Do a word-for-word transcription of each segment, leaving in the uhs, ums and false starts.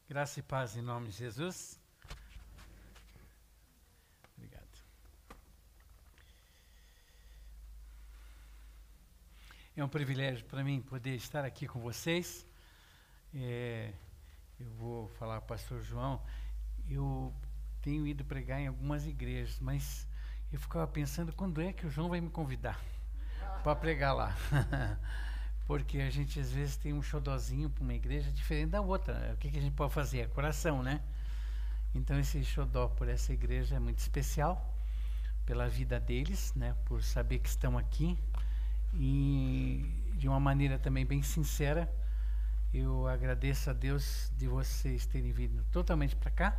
Graça e paz em nome de Jesus. Obrigado. É um privilégio para mim poder estar aqui com vocês. É, eu vou falar para o pastor João. Eu tenho ido pregar em algumas igrejas, mas eu ficava pensando quando é que o João vai me convidar para pregar lá. Porque a gente às vezes tem um xodózinho para uma igreja diferente da outra. O que, que a gente pode fazer? É coração, né? Então esse xodó por essa igreja é muito especial, pela vida deles, né? Por saber que estão aqui. E de uma maneira também bem sincera, eu agradeço a Deus de vocês terem vindo totalmente para cá,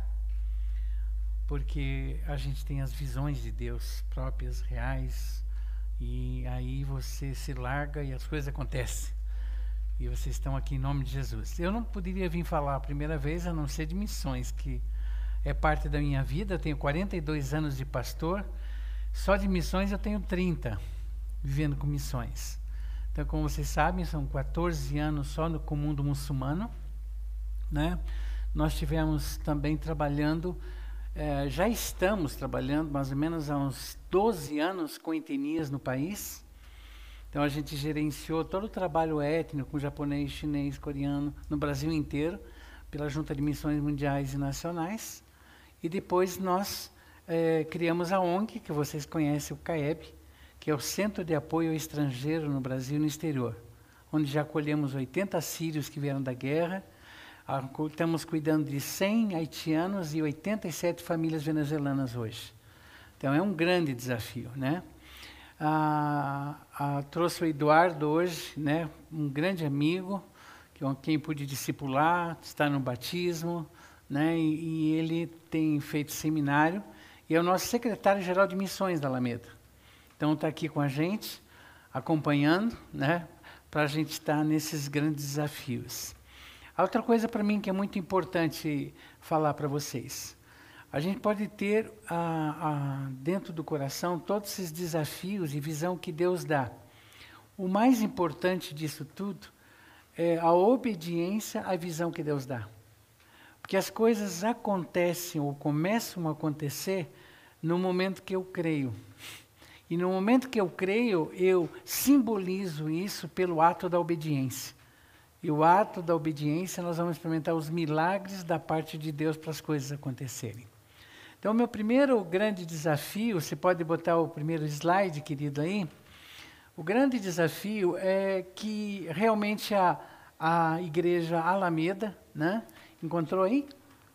porque a gente tem as visões de Deus próprias, reais, e aí você se larga e as coisas acontecem. E vocês estão aqui em nome de Jesus. Eu não poderia vir falar a primeira vez a não ser de missões, que é parte da minha vida. Eu tenho quarenta e dois anos de pastor, só de missões eu tenho trinta, vivendo com missões. Então, como vocês sabem, são quatorze anos só no, com o mundo muçulmano, né? Nós tivemos também trabalhando, eh, já estamos trabalhando mais ou menos há uns doze anos com etnias no país. Então a gente gerenciou todo o trabalho étnico com japonês, chinês, coreano, no Brasil inteiro, pela Junta de Missões Mundiais e Nacionais. E depois nós eh, criamos a O N G, que vocês conhecem, o CAEB, que é o Centro de Apoio ao Estrangeiro no Brasil e no exterior, onde já acolhemos oitenta sírios que vieram da guerra, estamos cuidando de cem haitianos e oitenta e sete famílias venezuelanas hoje. Então é um grande desafio, né? Ah, ah, trouxe o Eduardo hoje, né? Um grande amigo, que quem pude discipular, está no batismo, né? E, e ele tem feito seminário, e é o nosso secretário-geral de missões da Alameda. Então está aqui com a gente, acompanhando, né? Para a gente estar nesses grandes desafios. A outra coisa para mim que é muito importante falar para vocês. A gente pode ter ah, ah, dentro do coração todos esses desafios e visão que Deus dá. O mais importante disso tudo é a obediência à visão que Deus dá. Porque as coisas acontecem ou começam a acontecer no momento que eu creio. E no momento que eu creio, eu simbolizo isso pelo ato da obediência. E o ato da obediência, nós vamos experimentar os milagres da parte de Deus para as coisas acontecerem. Então, o meu primeiro grande desafio, você pode botar o primeiro slide, querido, aí. O grande desafio é que realmente a, a igreja Alameda, né? Encontrou aí?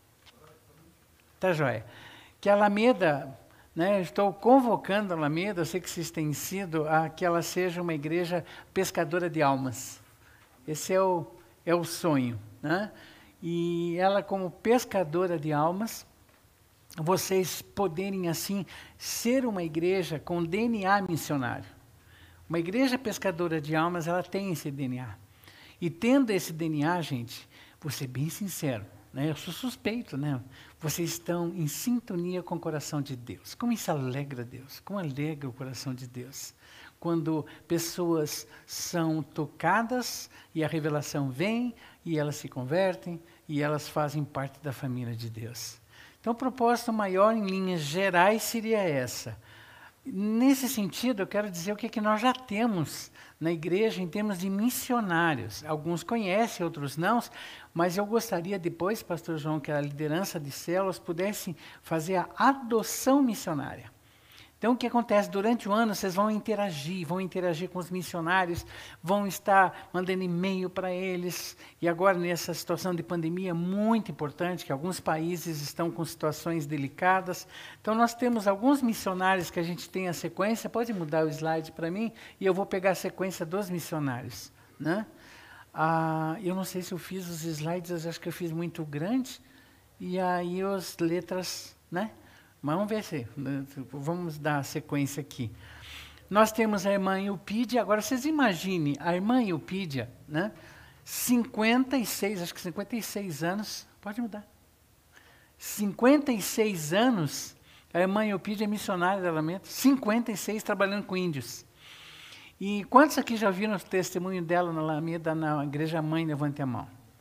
Tá joia. Que a Alameda, né? Estou convocando a Alameda, eu sei que vocês têm sido, a que ela seja uma igreja pescadora de almas. Esse é o, é o sonho, né? E ela, como pescadora de almas, vocês poderem, assim, ser uma igreja com D N A missionário. Uma igreja pescadora de almas, ela tem esse D N A. E tendo esse D N A, gente, vou ser bem sincero, né? Eu sou suspeito, né? Vocês estão em sintonia com o coração de Deus. Como isso alegra Deus, como alegra o coração de Deus. Quando pessoas são tocadas e a revelação vem e elas se convertem e elas fazem parte da família de Deus. Então, o propósito maior, em linhas gerais, seria essa. Nesse sentido, eu quero dizer o que, é que nós já temos na igreja em termos de missionários. Alguns conhecem, outros não, mas eu gostaria depois, pastor João, que a liderança de células pudesse fazer a adoção missionária. Então, o que acontece? Durante o ano, vocês vão interagir, vão interagir com os missionários, vão estar mandando e-mail para eles. E agora, nessa situação de pandemia, é muito importante, que alguns países estão com situações delicadas. Então, nós temos alguns missionários que a gente tem a sequência. Pode mudar o slide para mim? E eu vou pegar a sequência dos missionários, né? Ah, eu não sei se eu fiz os slides, eu acho que eu fiz muito grande. E aí, as letras, né? Mas vamos ver se, vamos dar a sequência aqui. Nós temos a irmã Eupídia, agora vocês imaginem, a irmã Eupídia, né? cinquenta e seis, acho que cinquenta e seis anos, pode mudar. cinquenta e seis anos, a irmã Eupídia é missionária da Alameda, cinquenta e seis trabalhando com índios. E quantos aqui já viram o testemunho dela na Alameda, na igreja mãe, levante a mão.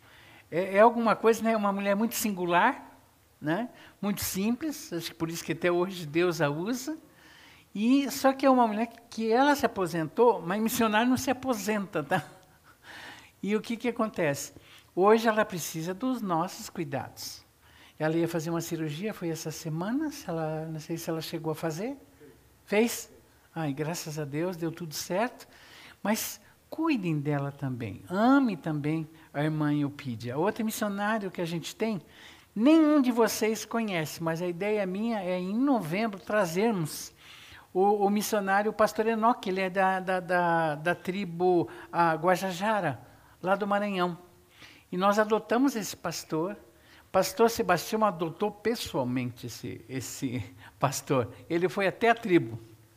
É, é alguma coisa, né? Uma mulher muito singular, né? Muito simples, acho que por isso que até hoje Deus a usa. E só que é uma mulher que, que ela se aposentou, mas missionário não se aposenta, tá? E o que que acontece? Hoje ela precisa dos nossos cuidados. Ela ia fazer uma cirurgia, foi essa semana, se ela, não sei se ela chegou a fazer. Fez? Ai, graças a Deus, deu tudo certo. Mas cuidem dela também. Ame também a irmã Eupídia. Outra missionária que a gente tem, nenhum de vocês conhece, mas a ideia minha é em novembro trazermos o, o missionário, o pastor Enoque, ele é da, da, da, da tribo a Guajajara, lá do Maranhão. E nós adotamos esse pastor. Pastor Sebastião adotou pessoalmente esse, esse pastor. Ele foi até a tribo.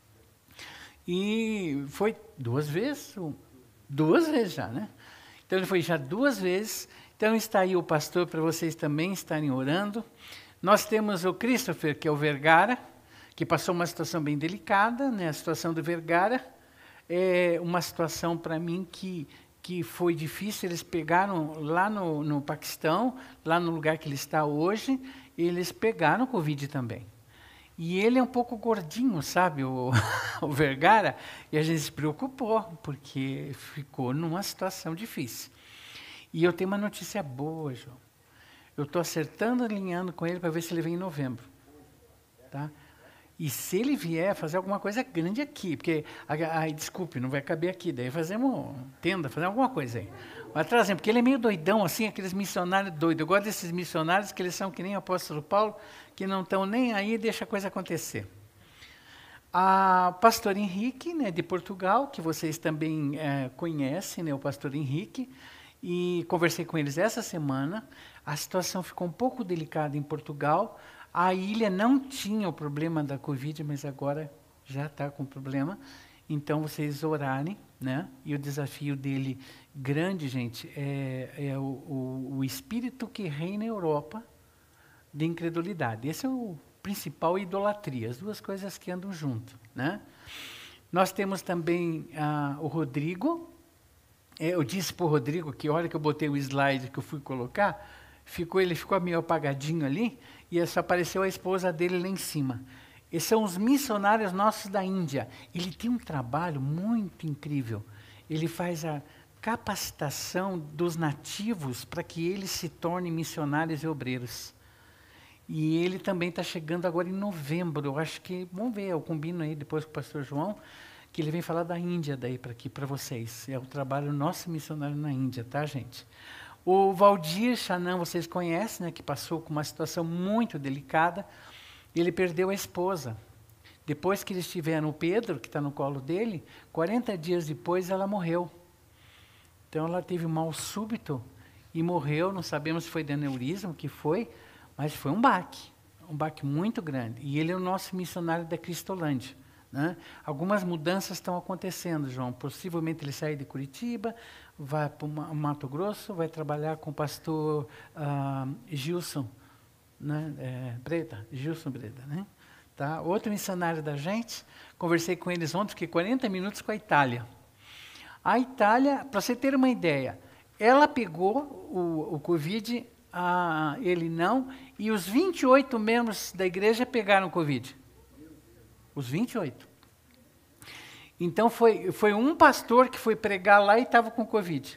E foi duas vezes, duas vezes já, né? Então ele foi já duas vezes. Então está aí o pastor para vocês também estarem orando. Nós temos o Christopher, que é o Vergara, que passou uma situação bem delicada, né? A situação do Vergara é uma situação para mim que, que foi difícil. Eles pegaram lá no, no Paquistão, lá no lugar que ele está hoje, eles pegaram Covid também. E ele é um pouco gordinho, sabe, o, o Vergara, e a gente se preocupou, porque ficou numa situação difícil. E eu tenho uma notícia boa, João. Eu estou acertando, alinhando com ele para ver se ele vem em novembro. Tá? E se ele vier fazer alguma coisa grande aqui, porque, ai, desculpe, não vai caber aqui, daí fazemos tenda, fazemos alguma coisa aí. Mas trazendo, porque ele é meio doidão, assim, aqueles missionários doidos. Eu gosto desses missionários que eles são que nem o apóstolo Paulo, que não estão nem aí, deixa a coisa acontecer. A pastor Henrique, né, de Portugal, que vocês também é, conhecem, né, o pastor Henrique, e conversei com eles essa semana. A situação ficou um pouco delicada em Portugal. A ilha não tinha o problema da Covid, mas agora já está com problema. Então, vocês orarem, né? E o desafio dele grande, gente, é, é o, o, o espírito que reina na Europa de incredulidade. Esse é o principal, idolatria, as duas coisas que andam junto, né? Nós temos também ah, o Rodrigo. Eu disse para o Rodrigo que a hora que eu botei o slide que eu fui colocar, ficou, ele ficou meio apagadinho ali, e só apareceu a esposa dele lá em cima. Esses são os missionários nossos da Índia. Ele tem um trabalho muito incrível. Ele faz a capacitação dos nativos para que eles se tornem missionários e obreiros. E ele também está chegando agora em novembro. Eu acho que, vamos ver, eu combino aí depois com o pastor João, que ele vem falar da Índia daí para aqui para vocês. É o trabalho nosso missionário na Índia, tá, gente? O Valdir Chanã, vocês conhecem, né, que passou com uma situação muito delicada. Ele perdeu a esposa. Depois que eles tiveram o Pedro, que está no colo dele, quarenta dias depois ela morreu. Então ela teve um mal súbito e morreu, não sabemos se foi de aneurisma, o que foi, mas foi um baque, um baque muito grande. E ele é o nosso missionário da Cristolândia, né? Algumas mudanças estão acontecendo, João. Possivelmente ele sai de Curitiba, vai para o Mato Grosso, vai trabalhar com o pastor uh, Gilson, né? É, Breda, Gilson Breda, né? Tá? Outro missionário da gente, conversei com eles ontem, fiquei quarenta minutos com a Itália. A Itália, para você ter uma ideia, ela pegou o, o Covid, a, ele não, e os vinte e oito membros da igreja pegaram Covid. Os vinte e oito. Então foi, foi um pastor que foi pregar lá e estava com Covid.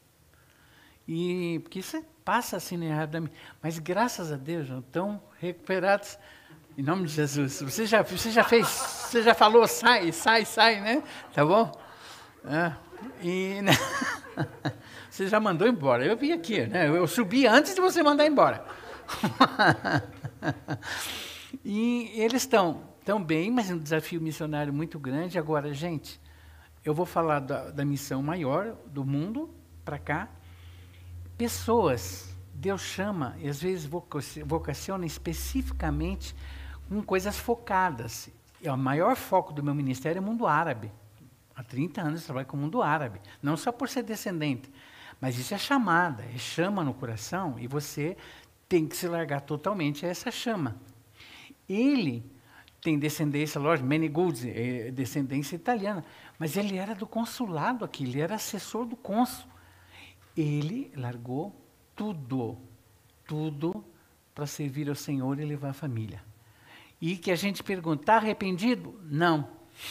E porque isso passa assim, né, rapidamente. Mas graças a Deus, já estão recuperados. Em nome de Jesus. Você já, você já fez, você já falou, sai, sai, sai, né? Tá bom? É, e, né? Você já mandou embora. Eu vim aqui, né? Eu subi antes de você mandar embora. E eles estão tão bem, mas é um desafio missionário muito grande. Agora, gente, eu vou falar da, da missão maior do mundo para cá. Pessoas, Deus chama, e às vezes vocaciona especificamente com coisas focadas. E o maior foco do meu ministério é o mundo árabe. Há trinta anos eu trabalho com o mundo árabe. Não só por ser descendente, mas isso é chamada, é chama no coração, e você tem que se largar totalmente a essa chama. Ele tem descendência, lógico, Manny Goods, é descendência italiana, mas ele era do consulado aqui, ele era assessor do cônsul. Ele largou tudo, tudo para servir ao Senhor e levar a família. E que a gente pergunta, está arrependido? Não.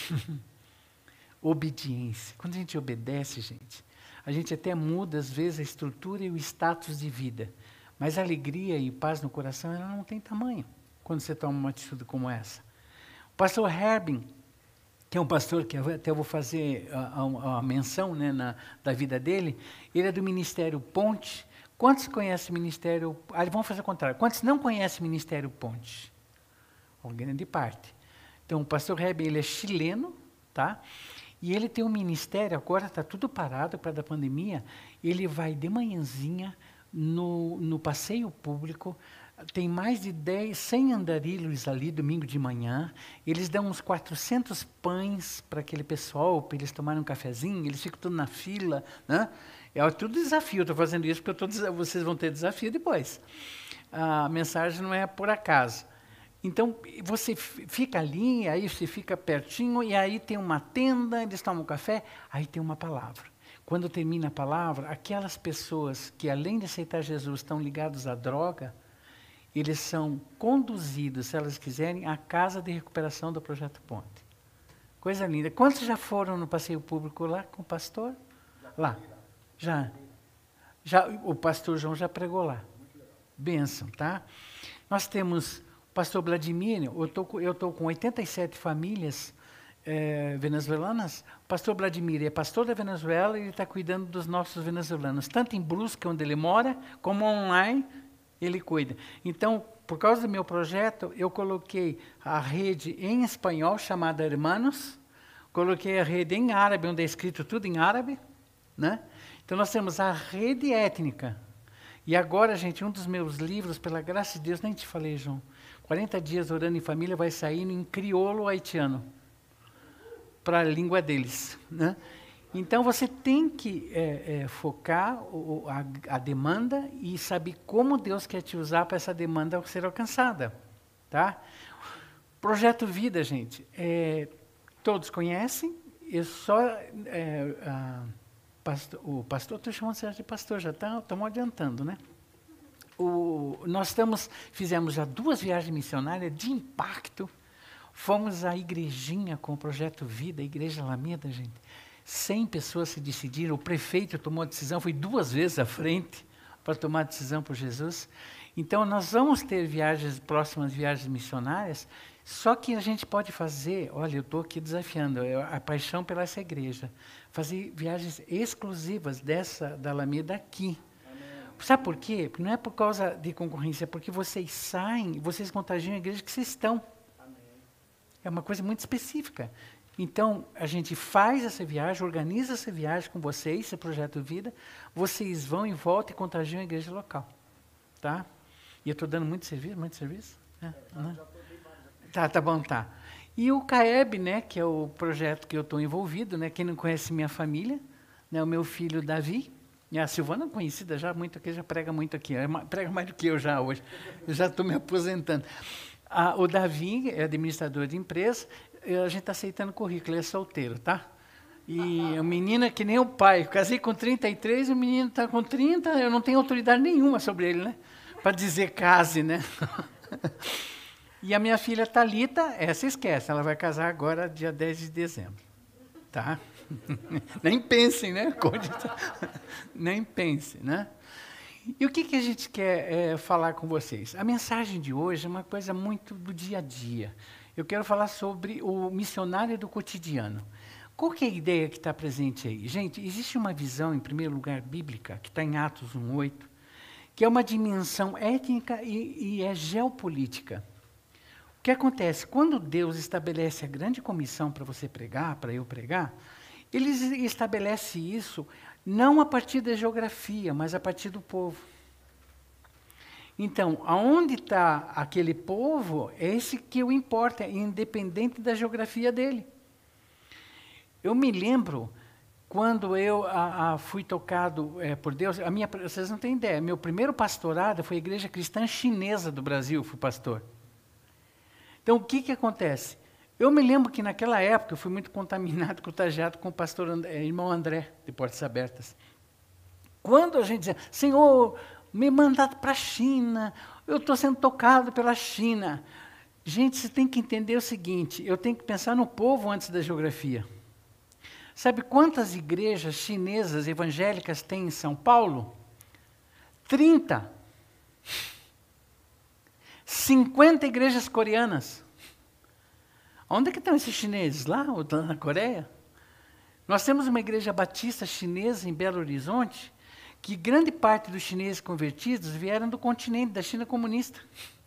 Obediência. Quando a gente obedece, gente, a gente até muda, às vezes, a estrutura e o status de vida. Mas a alegria e paz no coração, ela não tem tamanho quando você toma uma atitude como essa. O pastor Herbin, que é um pastor que eu até vou fazer a, a, a menção, né, na, da vida dele, ele é do Ministério Ponte. Quantos conhecem o Ministério... Ah, vamos fazer o contrário. Quantos não conhecem o Ministério Ponte? Uma grande parte. Então, o pastor Herbin, ele é chileno, tá? E ele tem um ministério, agora está tudo parado para a pandemia, ele vai de manhãzinha no, no passeio público, tem mais de dez, cem andarilhos ali, domingo de manhã, eles dão uns quatrocentos pães para aquele pessoal, para eles tomarem um cafezinho, eles ficam tudo na fila, né? É tudo desafio, estou fazendo isso porque eu tô, vocês vão ter desafio depois. A mensagem não é por acaso. Então, você fica ali, aí você fica pertinho, e aí tem uma tenda, eles tomam café, aí tem uma palavra. Quando termina a palavra, aquelas pessoas que, além de aceitar Jesus, estão ligados à droga, eles são conduzidos, se elas quiserem, à casa de recuperação do Projeto Ponte. Coisa linda. Quantos já foram no passeio público lá com o pastor? Lá. Já. já o pastor João já pregou lá. Bênção, tá? Nós temos... Pastor Vladimir, eu tô, eu estou com oitenta e sete famílias eh, venezuelanas. O pastor Vladimir é pastor da Venezuela e ele está cuidando dos nossos venezuelanos. Tanto em Brusque, onde ele mora, como online, ele cuida. Então, por causa do meu projeto, eu coloquei a rede em espanhol, chamada Hermanos. Coloquei a rede em árabe, onde é escrito tudo em árabe, né? Então, nós temos a rede étnica. E agora, gente, um dos meus livros, pela graça de Deus, nem te falei, João, quarenta dias orando em família, vai sair em crioulo haitiano, para a língua deles, né? Então, você tem que é, é, focar o, a, a demanda e saber como Deus quer te usar para essa demanda ser alcançada, tá? Projeto Vida, gente, é, todos conhecem, eu só... É, a, pastor, o pastor, estou chamando você de pastor, já tá, estamos adiantando, né? O, nós estamos, fizemos já duas viagens missionárias de impacto. Fomos à igrejinha com o Projeto Vida, a Igreja Alameda, gente. cem pessoas se decidiram, o prefeito tomou a decisão, foi duas vezes à frente para tomar a decisão por Jesus. Então, nós vamos ter viagens, próximas viagens missionárias, só que a gente pode fazer, olha, eu estou aqui desafiando, a paixão pela essa igreja, fazer viagens exclusivas dessa, da Alameda aqui. Sabe por quê? Porque não é por causa de concorrência, é porque vocês saem, vocês contagiam a igreja que vocês estão. Amém. É uma coisa muito específica. Então, a gente faz essa viagem, organiza essa viagem com vocês, esse Projeto Vida, vocês vão e voltam e contagiam a igreja local. Tá? E eu estou dando muito serviço, muito serviço? É, né? Tá, tá bom, tá. E o CAEB, né, que é o projeto que eu estou envolvido, né, quem não conhece minha família, né, o meu filho Davi, e a Silvana, conhecida já muito aqui, já prega muito aqui, é, prega mais do que eu já hoje, eu já estou me aposentando. Ah, o Davi é administrador de empresa, a gente está aceitando currículo, ele é solteiro, tá? E a menina que nem o pai, eu casei com trinta e três, o menino está com trinta, eu não tenho autoridade nenhuma sobre ele, né? Para dizer case, né? E a minha filha Thalita, essa esquece, ela vai casar agora, dia dez de dezembro, tá? Nem pensem, né? Nem pensem, né? E o que, que a gente quer é, falar com vocês? A mensagem de hoje é uma coisa muito do dia a dia. Eu quero falar sobre o missionário do cotidiano. Qual que é a ideia que está presente aí? Gente, existe uma visão, em primeiro lugar, bíblica, que está em Atos um, oito, que é uma dimensão étnica e, e é geopolítica. O que acontece? Quando Deus estabelece a grande comissão para você pregar, para eu pregar, ele estabelece isso não a partir da geografia, mas a partir do povo. Então, aonde está aquele povo, é esse que o importa, é independente da geografia dele. Eu me lembro, quando eu a, a, fui tocado é, por Deus, a minha, vocês não têm ideia, meu primeiro pastorado foi a Igreja Cristã Chinesa do Brasil, fui pastor. Então, o que, que acontece? Eu me lembro que naquela época eu fui muito contaminado, contagiado com o pastor André, irmão André, de Portas Abertas. Quando a gente dizia, Senhor, me mandado para a China, eu estou sendo tocado pela China. Gente, você tem que entender o seguinte, eu tenho que pensar no povo antes da geografia. Sabe quantas igrejas chinesas evangélicas tem em São Paulo? trinta. cinquenta igrejas coreanas. Onde é que estão esses chineses? Lá ou na Coreia? Nós temos uma igreja batista chinesa em Belo Horizonte, que grande parte dos chineses convertidos vieram do continente, da China comunista.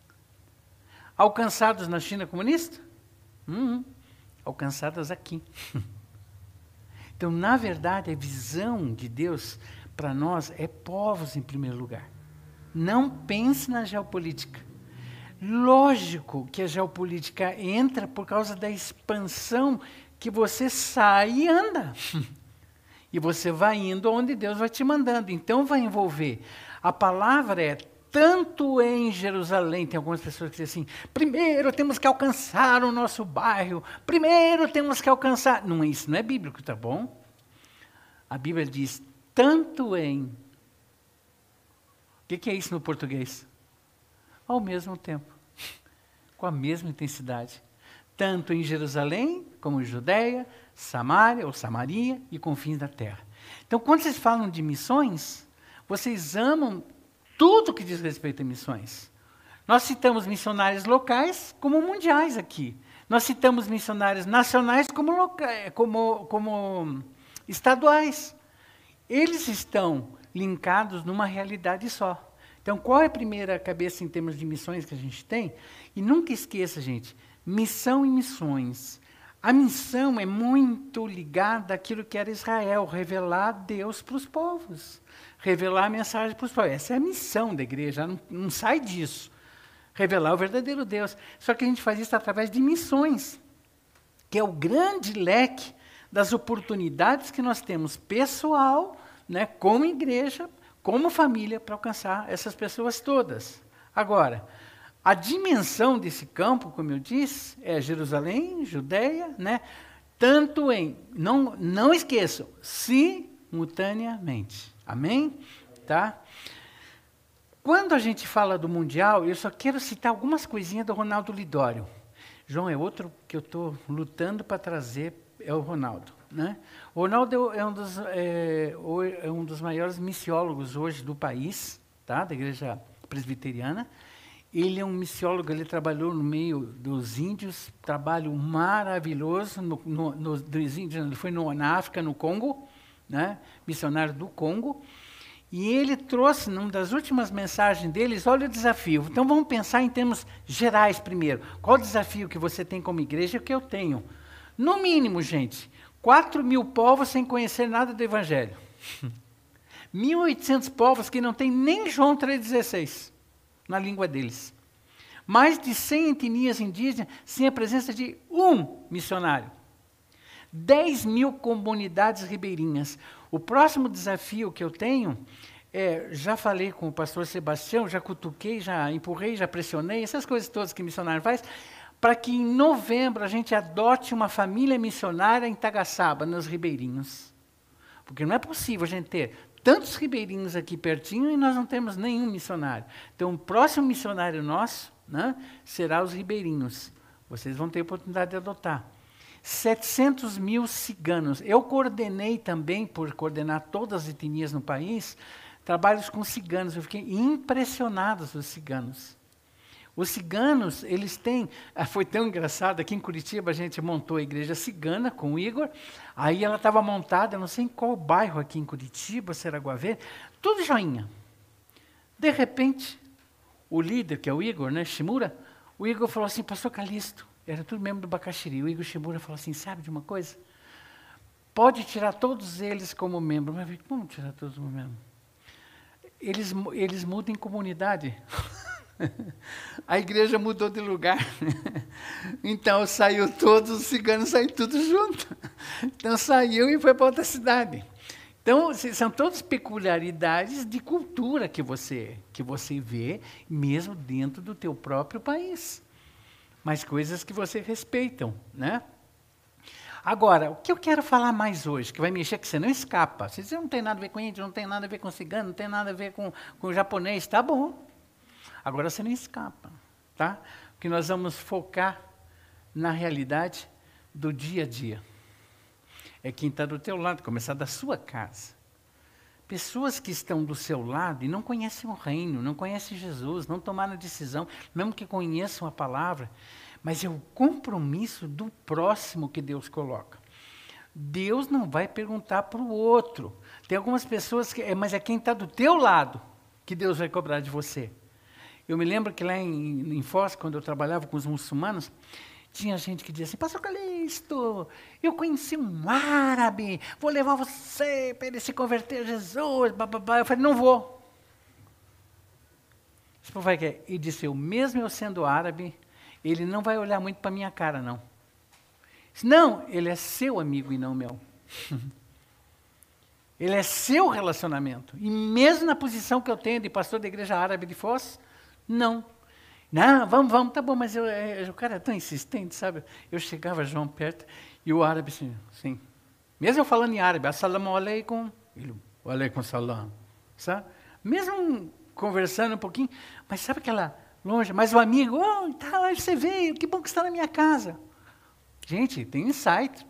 Alcançados na China comunista? Hum, alcançados aqui. Então, na verdade, a visão de Deus para nós é povos em primeiro lugar. Não pense na geopolítica. Lógico que a geopolítica entra por causa da expansão que você sai e anda. E você vai indo onde Deus vai te mandando. Então, vai envolver. A palavra é tanto em Jerusalém. Tem algumas pessoas que dizem assim, primeiro temos que alcançar o nosso bairro. Primeiro temos que alcançar... Não, isso não é bíblico, tá bom? A Bíblia diz, tanto em... O que, que é isso no português? Ao mesmo tempo. Com a mesma intensidade. Tanto em Jerusalém, como em Judeia, Samaria, ou Samaria, e confins da terra. Então, quando vocês falam de missões, vocês amam tudo que diz respeito a missões. Nós citamos missionários locais como mundiais aqui. Nós citamos missionários nacionais como, loca como, como estaduais. Eles estão linkados numa realidade só. Então, qual é a primeira cabeça em termos de missões que a gente tem? E nunca esqueça, gente, missão e missões. A missão é muito ligada àquilo que era Israel, revelar Deus para os povos. Revelar a mensagem para os povos. Essa é a missão da igreja, não, não sai disso. Revelar o verdadeiro Deus. Só que a gente faz isso através de missões, que é o grande leque das oportunidades que nós temos pessoal, né, como igreja, como família, para alcançar essas pessoas todas. Agora, a dimensão desse campo, como eu disse, é Jerusalém, Judeia, né? Tanto em, não, não esqueçam, simultaneamente. Amém? Tá? Quando a gente fala do Mundial, eu só quero citar algumas coisinhas do Ronaldo Lidório. João, é outro que eu estou lutando para trazer, é o Ronaldo. Né? O Ronaldo é um, dos, é, é um dos maiores missiólogos hoje do país, tá? Da igreja presbiteriana. Ele é um missiólogo, ele trabalhou no meio dos índios, trabalho maravilhoso no, no, no, dos índios, ele foi no, na África, no Congo, né? Missionário do Congo, e ele trouxe, numa das últimas mensagens deles, olha o desafio. Então vamos pensar em termos gerais primeiro. Qual o desafio que você tem como igreja e o que eu tenho? No mínimo, gente, quatro mil povos sem conhecer nada do Evangelho. mil e oitocentos povos que não tem nem João três dezesseis na língua deles. Mais de cem etnias indígenas sem a presença de um missionário. dez mil comunidades ribeirinhas. O próximo desafio que eu tenho, é, já falei com o pastor Sebastião, já cutuquei, já empurrei, já pressionei, essas coisas todas que missionário faz, para que em novembro a gente adote uma família missionária em Tagaçaba, nos ribeirinhos. Porque não é possível a gente ter tantos ribeirinhos aqui pertinho e nós não temos nenhum missionário. Então, o próximo missionário nosso, né, será os ribeirinhos. Vocês vão ter a oportunidade de adotar. setecentos mil ciganos. Eu coordenei também, por coordenar todas as etnias no país, trabalhos com ciganos. Eu fiquei impressionado com os ciganos. Os ciganos, eles têm... Foi tão engraçado, aqui em Curitiba a gente montou a igreja cigana com o Igor, aí ela estava montada, eu não sei em qual bairro aqui em Curitiba, Seraguavê, tudo joinha. De repente, o líder, que é o Igor, né, Shimura, o Igor falou assim, pastor Calixto, era tudo membro do Bacaxiri, o Igor Shimura falou assim, sabe de uma coisa? Pode tirar todos eles como membro. Mas como tirar todos como membro? Eles, eles mudam em comunidade. A igreja mudou de lugar. Então, saiu todos os ciganos, saíram tudo junto. Então, saiu e foi para outra cidade. Então, são todas peculiaridades de cultura que você, que você vê, mesmo dentro do teu próprio país. Mas coisas que você respeitam, né? Agora, o que eu quero falar mais hoje, que vai mexer, que você não escapa. Você diz, não tem nada a ver com índio, não tem nada a ver com cigano, não tem nada a ver com, com o japonês, tá bom. Agora você não escapa, tá? Porque nós vamos focar na realidade do dia a dia. É quem está do teu lado, começar da sua casa. Pessoas que estão do seu lado e não conhecem o reino, não conhecem Jesus, não tomaram decisão, mesmo que conheçam a palavra, mas é o compromisso do próximo que Deus coloca. Deus não vai perguntar para o outro. Tem algumas pessoas que, mas é quem está do teu lado que Deus vai cobrar de você. Eu me lembro que lá em, em Foz, quando eu trabalhava com os muçulmanos, tinha gente que dizia assim, pastor Calixto, eu conheci um árabe, vou levar você para ele se converter a Jesus, bababá. Eu falei, não vou. Você vai quê? E disse, eu mesmo eu sendo árabe, ele não vai olhar muito para minha cara, não. Disse, não, ele é seu amigo e não meu. Ele é seu relacionamento. E mesmo na posição que eu tenho de pastor da igreja árabe de Foz, não. Não, vamos, vamos, tá bom, mas eu, eu, o cara é tão insistente, sabe? Eu chegava, João, perto, e o árabe assim, assim mesmo eu falando em árabe, assalamu alaikum, ele, alaikum salam, sabe? Mesmo conversando um pouquinho, mas sabe aquela longe, mas o amigo, oh, tá, você veio, que bom que está na minha casa. Gente, tem insight.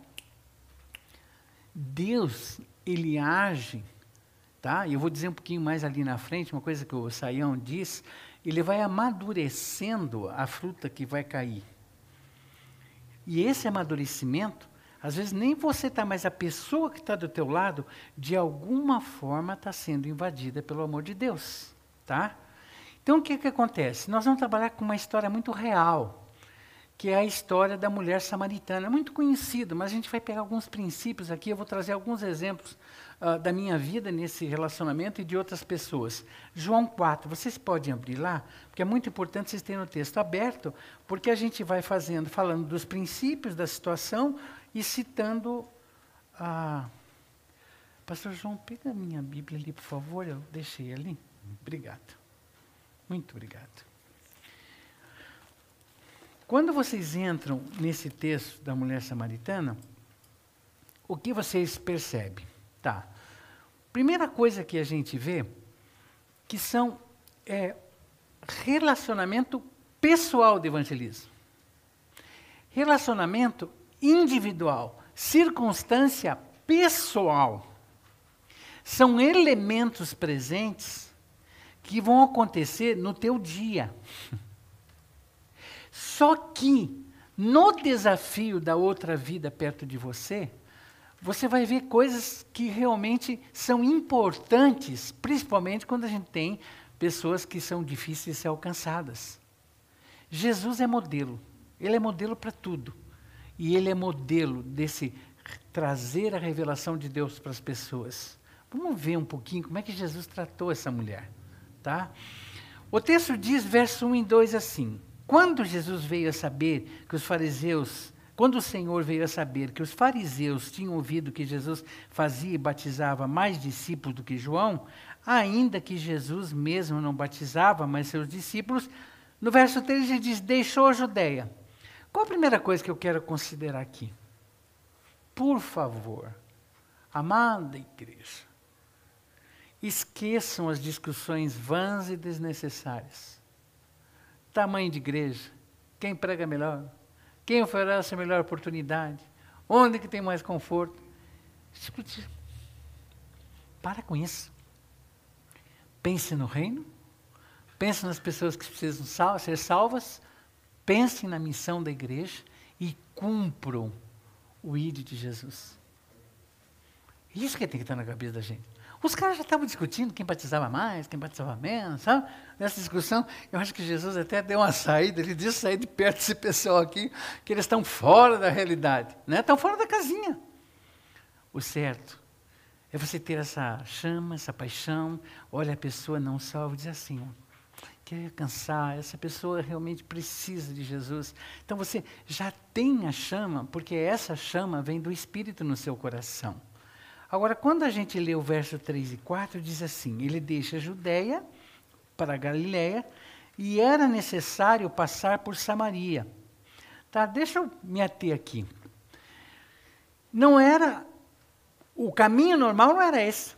Deus, ele age, tá? E eu vou dizer um pouquinho mais ali na frente, uma coisa que o Saião diz, ele vai amadurecendo a fruta que vai cair. E esse amadurecimento, às vezes nem você está, mas a pessoa que está do teu lado, de alguma forma está sendo invadida pelo amor de Deus. Tá? Então o que, que acontece? Nós vamos trabalhar com uma história muito real, que é a história da mulher samaritana. É muito conhecida, mas a gente vai pegar alguns princípios aqui, eu vou trazer alguns exemplos Uh, da minha vida nesse relacionamento e de outras pessoas. João quatro, vocês podem abrir lá, porque é muito importante vocês terem o texto aberto, porque a gente vai fazendo, falando dos princípios da situação e citando a... Pastor João, pega a minha Bíblia ali, por favor, eu deixei ali. Obrigado. Muito obrigado. Quando vocês entram nesse texto da mulher samaritana, o que vocês percebem? Tá. Primeira coisa que a gente vê, que são é, relacionamento pessoal de evangelismo. Relacionamento individual, circunstância pessoal. São elementos presentes que vão acontecer no teu dia. Só que, no desafio da outra vida perto de você, você vai ver coisas que realmente são importantes, principalmente quando a gente tem pessoas que são difíceis de ser alcançadas. Jesus é modelo, ele é modelo para tudo. E ele é modelo desse trazer a revelação de Deus para as pessoas. Vamos ver um pouquinho como é que Jesus tratou essa mulher. Tá? O texto diz, verso um e dois assim, quando Jesus veio a saber que os fariseus... Quando o Senhor veio a saber que os fariseus tinham ouvido que Jesus fazia e batizava mais discípulos do que João, ainda que Jesus mesmo não batizava, mas seus discípulos, no verso três ele diz, deixou a Judeia. Qual a primeira coisa que eu quero considerar aqui? Por favor, amada igreja, esqueçam as discussões vãs e desnecessárias. Tamanho de igreja, quem prega melhor? Quem oferece a melhor oportunidade? Onde que tem mais conforto? Para com isso. Pense no reino. Pense nas pessoas que precisam sal- ser salvas. Pense na missão da igreja e cumpram o I D de Jesus. Isso que tem que estar na cabeça da gente. Os caras já estavam discutindo quem batizava mais, quem batizava menos, sabe? Nessa discussão, eu acho que Jesus até deu uma saída, ele disse sair de perto desse pessoal aqui, que eles estão fora da realidade, né? Estão fora da casinha. O certo é você ter essa chama, essa paixão, olha a pessoa não salva e diz assim, ó, quer alcançar, essa pessoa realmente precisa de Jesus. Então você já tem a chama, porque essa chama vem do Espírito no seu coração. Agora, quando a gente lê o verso três e quatro, diz assim, ele deixa a Judeia para a Galiléia e era necessário passar por Samaria. Tá, deixa eu me ater aqui. não era, o caminho normal não era esse.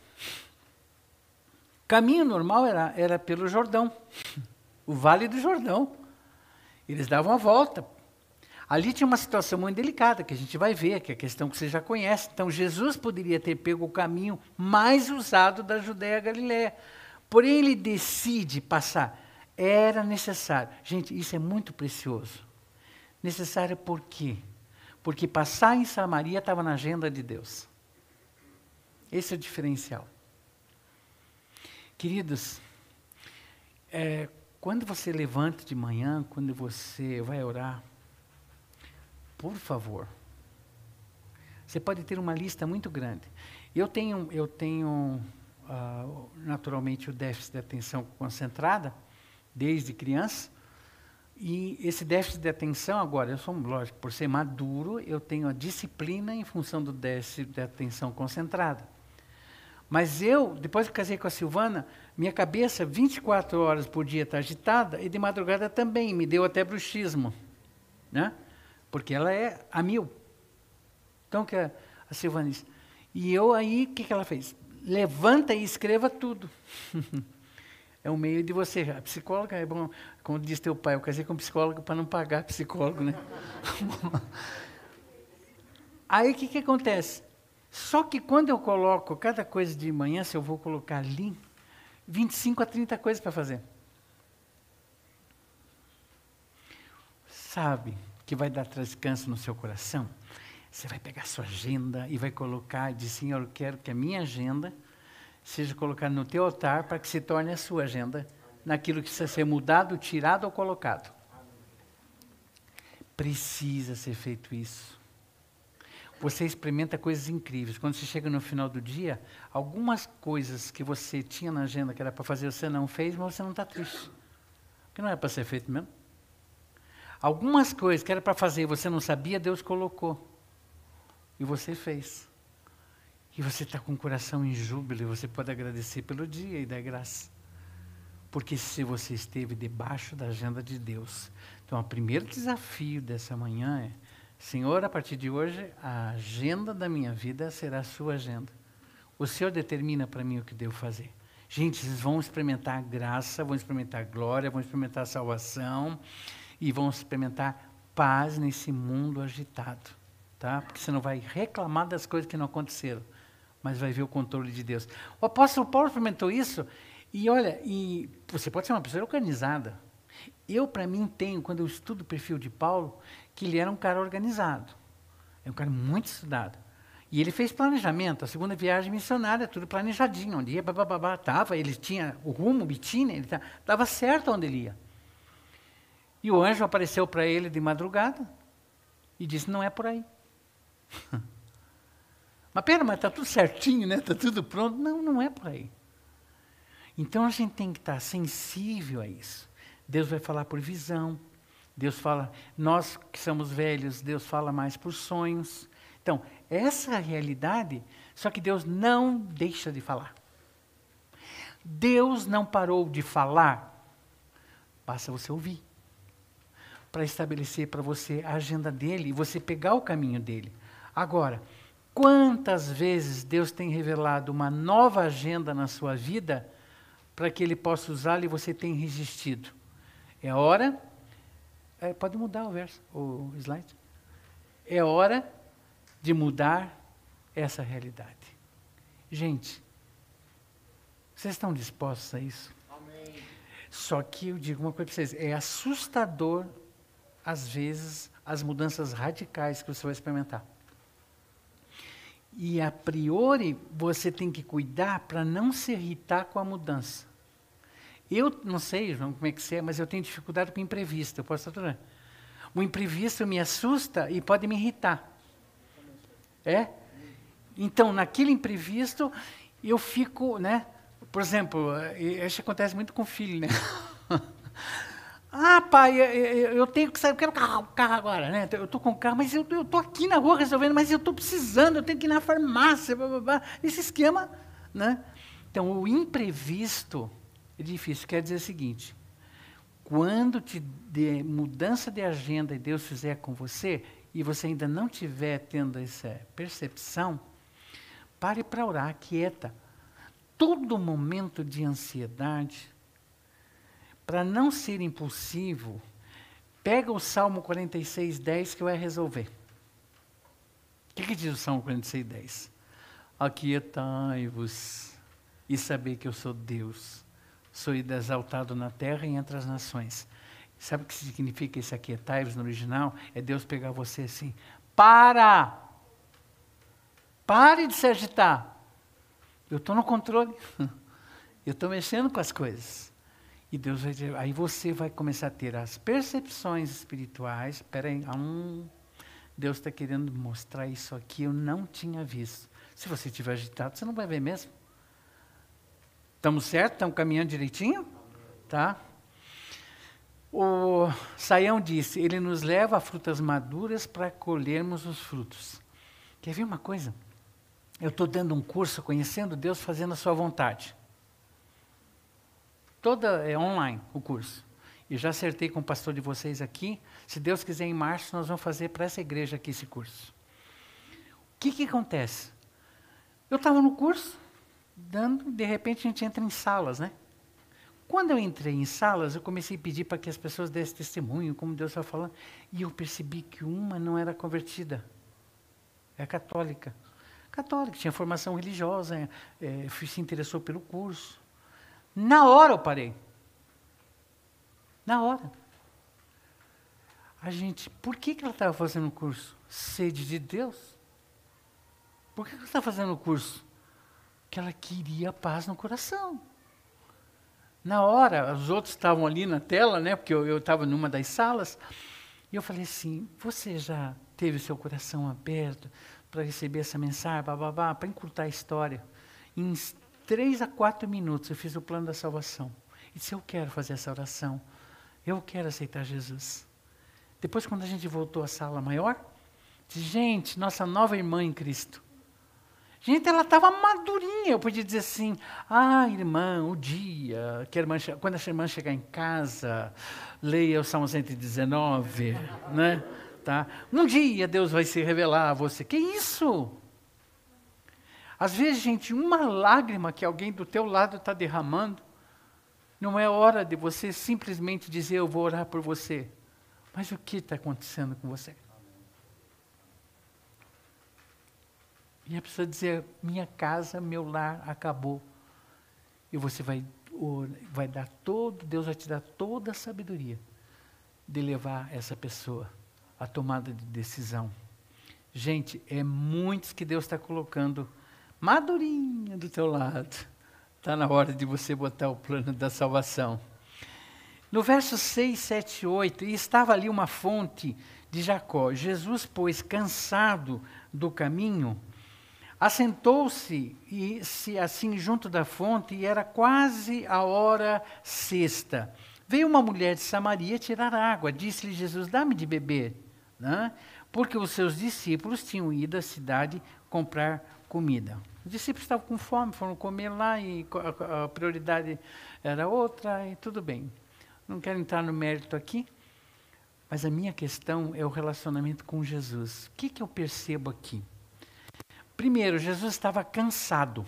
O caminho normal era, era pelo Jordão, o Vale do Jordão. Eles davam a volta. Ali tinha uma situação muito delicada, que a gente vai ver, que é a questão que você já conhece. Então, Jesus poderia ter pego o caminho mais usado da Judéia a Galiléia. Porém, ele decide passar. Era necessário. Gente, isso é muito precioso. Necessário por quê? Porque passar em Samaria estava na agenda de Deus. Esse é o diferencial. Queridos, é, quando você levanta de manhã, quando você vai orar, por favor, você pode ter uma lista muito grande. Eu tenho, eu tenho uh, naturalmente, o déficit de atenção concentrada, desde criança, e esse déficit de atenção, agora, eu sou, lógico, por ser maduro, eu tenho a disciplina em função do déficit de atenção concentrada. Mas eu, depois que casei com a Silvana, minha cabeça, vinte e quatro horas por dia está agitada, e de madrugada também, me deu até bruxismo, né? Porque ela é a mil. Então, que a, a Silvana disse. E eu aí, o que, que ela fez? Levanta e escreva tudo. É um meio de você. A psicóloga é bom, como diz teu pai, eu casei com psicólogo para não pagar psicólogo, né? Aí o que, que acontece? Só que quando eu coloco cada coisa de manhã, se eu vou colocar ali, vinte e cinco a trinta coisas para fazer. Sabe que vai dar descanso no seu coração? Você vai pegar a sua agenda e vai colocar e dizer, Senhor, eu quero que a minha agenda seja colocada no teu altar para que se torne a sua agenda, naquilo que precisa ser mudado, tirado ou colocado. Precisa ser feito isso. Você experimenta coisas incríveis. Quando você chega no final do dia, algumas coisas que você tinha na agenda que era para fazer, você não fez, mas você não está triste. Porque não é para ser feito mesmo. Algumas coisas que era para fazer e você não sabia, Deus colocou. E você fez. E você está com o coração em júbilo, e você pode agradecer pelo dia e dar graça. Porque se você esteve debaixo da agenda de Deus. Então, o primeiro desafio dessa manhã é, Senhor, a partir de hoje, a agenda da minha vida será a sua agenda. O Senhor determina para mim o que devo fazer. Gente, vocês vão experimentar a graça, vão experimentar a glória, vão experimentar a salvação, e vão experimentar paz nesse mundo agitado. Tá? Porque você não vai reclamar das coisas que não aconteceram, mas vai ver o controle de Deus. O apóstolo Paulo experimentou isso, e olha, e você pode ser uma pessoa organizada. Eu, para mim, tenho, quando eu estudo o perfil de Paulo, que ele era um cara organizado. É um cara muito estudado. E ele fez planejamento, a segunda viagem missionária, tudo planejadinho, onde ia, bababá, estava, ele tinha o rumo, Bitínia, ele estava certo onde ele ia. E o anjo apareceu para ele de madrugada e disse, não é por aí. Mas pera, mas está tudo certinho, né? Está tudo pronto. Não, não é por aí. Então a gente tem que estar sensível a isso. Deus vai falar por visão. Deus fala, nós que somos velhos, Deus fala mais por sonhos. Então, essa realidade, só que Deus não deixa de falar. Deus não parou de falar, basta você ouvir. Para estabelecer para você a agenda dele e você pegar o caminho dele. Agora, quantas vezes Deus tem revelado uma nova agenda na sua vida para que ele possa usá-la e você tem resistido? É hora, é, pode mudar o verso, o slide. É hora de mudar essa realidade. Gente, vocês estão dispostos a isso? Amém. Só que eu digo uma coisa para vocês, é assustador, às vezes, as mudanças radicais que você vai experimentar. E, a priori, você tem que cuidar para não se irritar com a mudança. Eu não sei, João, como é que você é, mas eu tenho dificuldade com o imprevisto. Eu posso estar... O imprevisto me assusta e pode me irritar. É? Então, naquele imprevisto, eu fico, né? Por exemplo, isso acontece muito com o filho, né? Ah, pai, eu, eu tenho que sair, eu quero carro, carro agora, né? Eu estou com o carro, mas eu estou aqui na rua resolvendo, mas eu estou precisando, eu tenho que ir na farmácia, blá, blá, blá. Esse esquema, né? Então, o imprevisto é difícil. Quer dizer o seguinte, quando te de mudança de agenda e Deus fizer com você, e você ainda não estiver tendo essa percepção, pare para orar, quieta. Todo momento de ansiedade, para não ser impulsivo, pega o Salmo quarenta e seis, dez, que vai resolver. O que, que diz o Salmo quarenta e seis, dez? Aquietai-vos e saber que eu sou Deus. Sou exaltado na terra e entre as nações. Sabe o que significa esse aquietai-vos no original? É Deus pegar você assim. Para! Pare de se agitar. Eu estou no controle. Eu estou mexendo com as coisas. E Deus vai dizer, aí você vai começar a ter as percepções espirituais. Espera aí, hum, Deus está querendo mostrar isso aqui, eu não tinha visto. Se você estiver agitado, você não vai ver mesmo. Estamos certos? Estamos caminhando direitinho? Tá? O Saião disse, ele nos leva a frutas maduras para colhermos os frutos. Quer ver uma coisa? Eu estou dando um curso, conhecendo Deus, fazendo a sua vontade. Toda é online o curso. E já acertei com o pastor de vocês aqui. Se Deus quiser, em março, nós vamos fazer para essa igreja aqui esse curso. O que que acontece? Eu estava no curso, dando, de repente a gente entra em salas, né? Quando eu entrei em salas, eu comecei a pedir para que as pessoas dessem testemunho, como Deus estava falando, e eu percebi que uma não era convertida. É católica. Católica, tinha formação religiosa, é, se interessou pelo curso. Na hora eu parei. Na hora. A gente, por que que ela estava fazendo o curso? Sede de Deus. Por que que ela estava fazendo o curso? Porque ela queria paz no coração. Na hora, os outros estavam ali na tela, né? Porque eu estava numa das salas, e eu falei assim, você já teve o seu coração aberto para receber essa mensagem, bababá, para encurtar a história? Em três a quatro minutos eu fiz o plano da salvação. E disse, eu quero fazer essa oração. Eu quero aceitar Jesus. Depois, quando a gente voltou à sala maior, disse, gente, nossa nova irmã em Cristo. Gente, ela estava madurinha. Eu podia dizer assim, ah, irmã, o dia, que a irmã, quando essa irmã chegar em casa, leia o Salmo cento e dezenove, né? Tá? Um dia Deus vai se revelar a você. Que isso? Às vezes, gente, uma lágrima que alguém do teu lado está derramando, não é hora de você simplesmente dizer, eu vou orar por você. Mas o que está acontecendo com você? E a pessoa dizer, minha casa, meu lar acabou. E você vai, vai dar todo, Deus vai te dar toda a sabedoria de levar essa pessoa à tomada de decisão. Gente, é muitos que Deus está colocando madurinha do teu lado. Está na hora de você botar o plano da salvação. No verso seis, sete, oito, e estava ali uma fonte de Jacó. Jesus, pois, cansado do caminho, assentou-se e se assim junto da fonte, e era quase a hora sexta. Veio uma mulher de Samaria tirar água. Disse-lhe Jesus, dá-me de beber, né? Porque os seus discípulos tinham ido à cidade comprar comida. Os discípulos estavam com fome, foram comer lá e a prioridade era outra, e tudo bem. Não quero entrar no mérito aqui, mas a minha questão é o relacionamento com Jesus. O que que eu percebo aqui? Primeiro, Jesus estava cansado.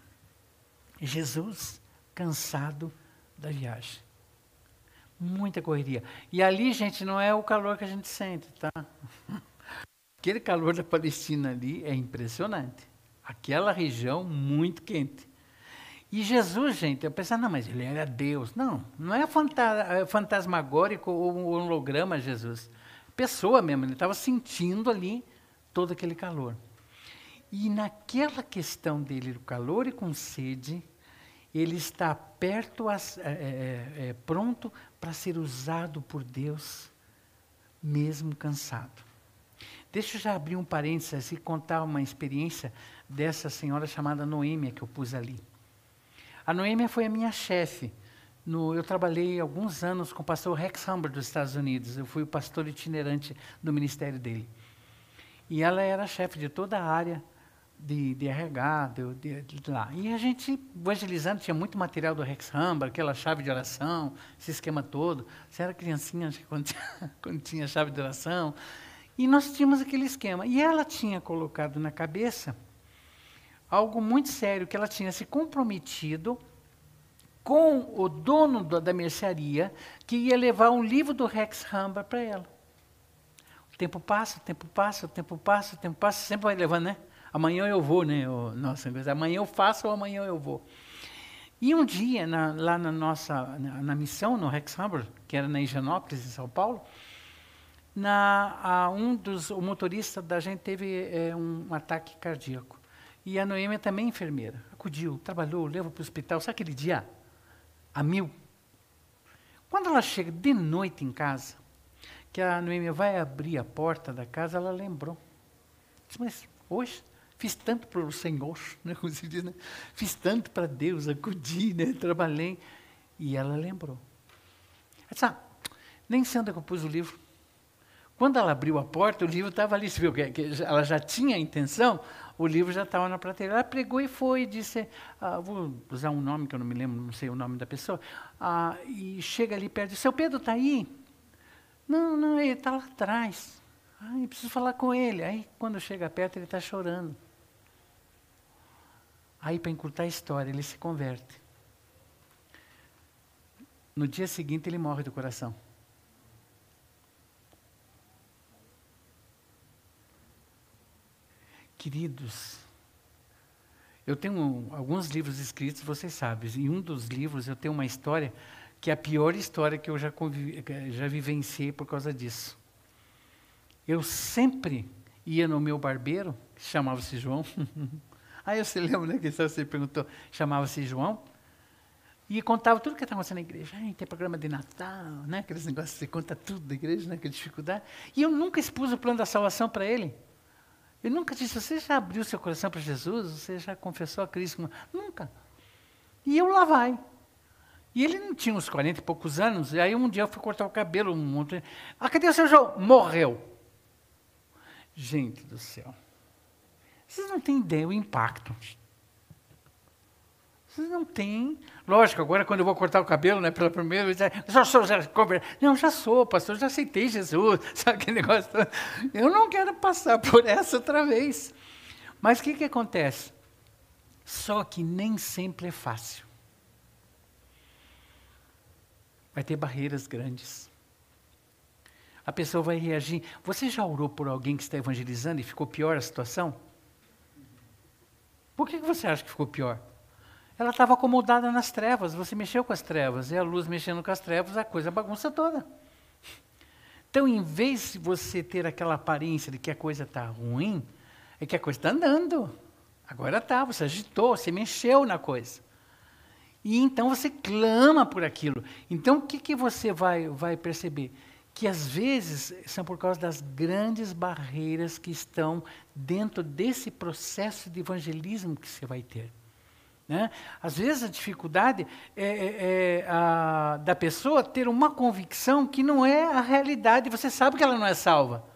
Jesus cansado da viagem. Muita correria. E ali, gente, não é o calor que a gente sente, tá? Aquele calor da Palestina ali é impressionante. Aquela região muito quente. E Jesus, gente, eu pensava, não, mas ele era Deus. Não, não é fanta fantasmagórico ou holograma Jesus. Pessoa mesmo, ele estava sentindo ali todo aquele calor. E naquela questão dele, do calor e com sede, ele está perto, as, é, é, é, pronto para ser usado por Deus, mesmo cansado. Deixa eu já abrir um parênteses e contar uma experiência dessa senhora chamada Noêmia, que eu pus ali. A Noêmia foi a minha chefe. No, eu trabalhei alguns anos com o pastor Rex Humber dos Estados Unidos. Eu fui o pastor itinerante do ministério dele. E ela era chefe de toda a área de, de R H, de, de, de lá. E a gente, evangelizando, tinha muito material do Rex Humber, aquela chave de oração, esse esquema todo. Você era criancinha, acho que quando tinha, quando tinha chave de oração. E nós tínhamos aquele esquema. E ela tinha colocado na cabeça algo muito sério, que ela tinha se comprometido com o dono da, da mercearia, que ia levar um livro do Rex Humber para ela. O tempo passa, o tempo passa, o tempo passa, o tempo passa, sempre vai levando, né? Amanhã eu vou, né? Oh, nossa, amanhã eu faço ou amanhã eu vou. E um dia, na, lá na nossa na, na missão, no Rex Humber, que era na Higienópolis, em São Paulo, na, a, um dos, o motorista da gente teve é, um, um ataque cardíaco. E a Noêmia também enfermeira. Acudiu, trabalhou, levou para o hospital. Sabe aquele dia? A mil. Quando ela chega de noite em casa, que a Noêmia vai abrir a porta da casa, ela lembrou. Disse, mas hoje fiz tanto para o Senhor, né, como se diz, né? Fiz tanto para Deus, acudi, né, trabalhei. E ela lembrou. Ela disse, ah, nem sei onde eu pus o livro. Quando ela abriu a porta, o livro estava ali. Você viu que, que ela já tinha a intenção, o livro já estava na prateleira. Ela pregou e foi e disse, ah, vou usar um nome que eu não me lembro, não sei o nome da pessoa, ah, e chega ali perto e diz, seu Pedro está aí? Não, não, ele está lá atrás. Ah, eu preciso falar com ele. Aí, quando chega perto, ele está chorando. Aí, para encurtar a história, ele se converte. No dia seguinte, ele morre do coração. Queridos, eu tenho alguns livros escritos, vocês sabem, e um dos livros eu tenho uma história que é a pior história que eu já, convivi, já vivenciei por causa disso. Eu sempre ia no meu barbeiro, que chamava-se João. Aí você lembra, né, que você perguntou, chamava-se João, e contava tudo o que estava acontecendo na igreja. Ai, tem programa de Natal, né, aqueles negócios que você conta tudo da igreja, né, que dificuldade. E eu nunca expus o plano da salvação para ele. Eu nunca disse, você já abriu seu coração para Jesus? Você já confessou a Cristo? Nunca. E eu lá vai. E ele não tinha uns quarenta e poucos anos, e aí um dia eu fui cortar o cabelo, um monte. Ah, cadê o seu João? Morreu. Gente do céu. Vocês não têm ideia o impacto. Vocês não têm. Lógico, agora quando eu vou cortar o cabelo, né, pela primeira vez, já sou, já, não, já sou, pastor, já aceitei Jesus, sabe aquele negócio? Eu não quero passar por essa outra vez. Mas o que, que acontece? Só que nem sempre é fácil. Vai ter barreiras grandes. A pessoa vai reagir. Você já orou por alguém que está evangelizando e ficou pior a situação? Por que, que você acha que ficou pior? Ela estava acomodada nas trevas, você mexeu com as trevas, e a luz mexendo com as trevas, a coisa bagunça toda. Então, em vez de você ter aquela aparência de que a coisa está ruim, é que a coisa está andando. Agora está, você agitou, você mexeu na coisa. E então você clama por aquilo. Então, o que, que você vai, vai perceber? Que às vezes são por causa das grandes barreiras que estão dentro desse processo de evangelismo que você vai ter. Né? Às vezes a dificuldade é, é, é a, da pessoa ter uma convicção que não é a realidade, você sabe que ela não é salva.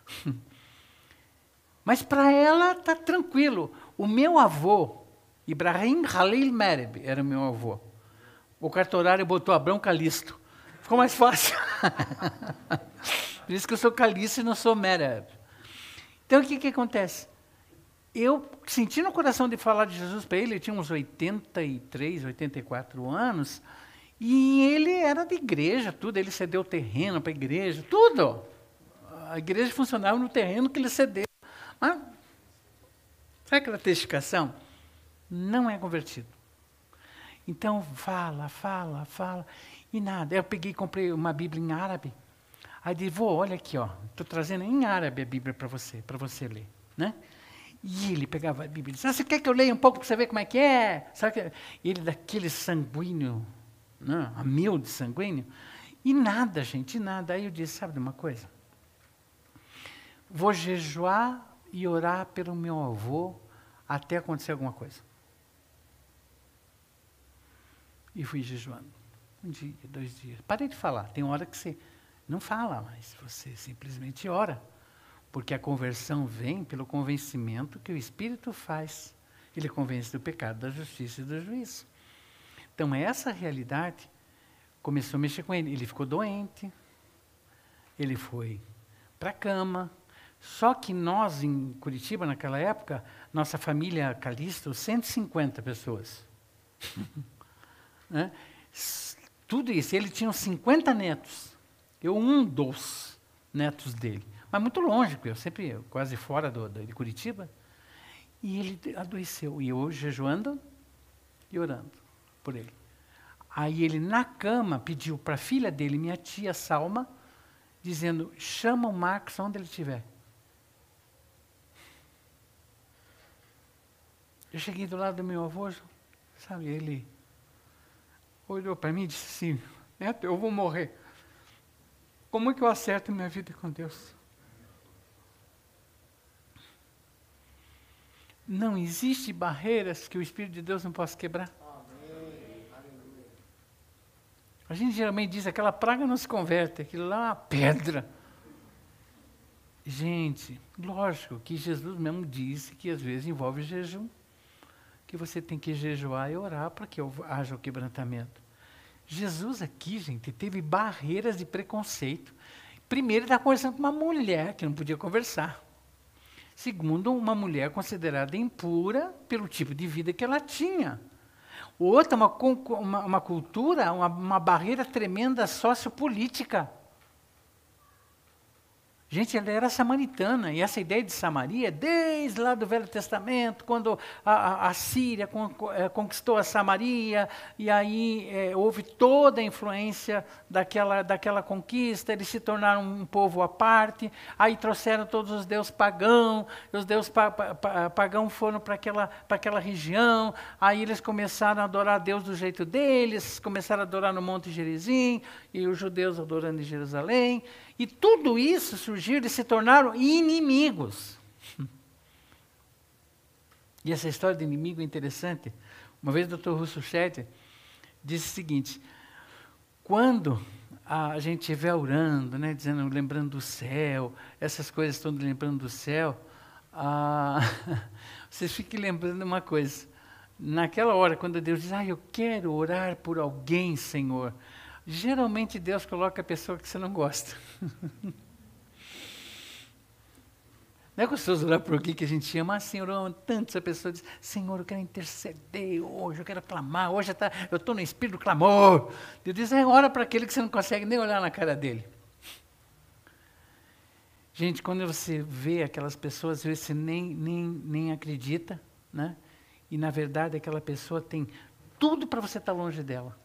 Mas para ela está tranquilo. O meu avô, Ibrahim Khalil Mereb, era o meu avô. O cartorário botou Abrão Calisto. Ficou mais fácil. Por isso que eu sou Calisto e não sou Mereb. Então o que, que acontece? Eu senti no coração de falar de Jesus para ele, ele tinha uns oitenta e três, oitenta e quatro anos, e ele era de igreja, tudo, ele cedeu o terreno para a igreja, tudo. A igreja funcionava no terreno que ele cedeu. Mas, sabe aquela testificação? Não é convertido. Então, fala, fala, fala, e nada. Eu peguei e comprei uma Bíblia em árabe. Aí disse, vô, olha aqui, ó, estou trazendo em árabe a Bíblia para você, para você ler, né? E ele pegava a Bíblia e disse, ah, você quer que eu leia um pouco para você ver como é que é? Sabe que... Ele daquele sanguíneo, né, a mil de sanguíneo, e nada, gente, e nada. Aí eu disse, sabe de uma coisa? Vou jejuar e orar pelo meu avô até acontecer alguma coisa. E fui jejuando. Um dia, dois dias. Parei de falar. Tem hora que você não fala, mas você simplesmente ora. Porque a conversão vem pelo convencimento que o Espírito faz. Ele convence do pecado, da justiça e do juízo. Então, essa realidade começou a mexer com ele. Ele ficou doente, ele foi para a cama, Só que nós, em Curitiba, naquela época, nossa família Calixto, cento e cinquenta pessoas. Né? Tudo isso. Ele tinha cinquenta netos. Eu, um dos netos dele. Mas muito longe, porque eu sempre quase fora do, do, de Curitiba. E ele adoeceu. E eu jejuando e orando por ele. Aí ele, na cama, pediu para a filha dele, minha tia Salma, dizendo, chama o Marcos onde ele estiver. Eu cheguei do lado do meu avô, sabe, ele olhou para mim e disse assim, Neto, eu vou morrer. Como é que eu acerto minha vida com Deus? Não existe barreiras que o Espírito de Deus não possa quebrar. A gente geralmente diz, aquela praga não se converte, aquilo lá é uma pedra. Gente, lógico que Jesus mesmo disse que às vezes envolve jejum. Que você tem que jejuar e orar para que haja o quebrantamento. Jesus aqui, gente, teve barreiras de preconceito. Primeiro, ele estava conversando com uma mulher que não podia conversar. Segundo, uma mulher considerada impura pelo tipo de vida que ela tinha. Outra, uma, uma, uma cultura, uma, uma barreira tremenda sociopolítica. Gente, ela era samaritana, e essa ideia de Samaria, desde lá do Velho Testamento, quando a, a, a Síria con, é, conquistou a Samaria, e aí é, houve toda a influência daquela, daquela conquista, eles se tornaram um povo à parte, aí trouxeram todos os deuses pagãos, os deuses pa, pa, pa, pagãos foram para aquela, para aquela região, aí eles começaram a adorar a Deus do jeito deles, começaram a adorar no Monte Gerizim, e os judeus adorando em Jerusalém, e tudo isso surgiu, eles se tornaram inimigos. E essa história de inimigo é interessante. Uma vez o doutor Russo Chet disse o seguinte, quando a gente estiver orando, né, dizendo, lembrando do céu, essas coisas todas lembrando do céu, ah, vocês fiquem lembrando uma coisa. Naquela hora, quando Deus diz, ah, eu quero orar por alguém, Senhor, geralmente Deus coloca a pessoa que você não gosta. Não é gostoso orar por alguém que a gente ama, ah, Senhor, eu amo tanto, essa pessoa diz, Senhor, eu quero interceder hoje, eu quero clamar, hoje tá, eu estou no espírito do clamor. Deus diz, é, ora para aquele que você não consegue nem olhar na cara dele. Gente, quando você vê aquelas pessoas, às vezes você nem, nem, nem acredita, né? E na verdade aquela pessoa tem tudo para você estar longe dela.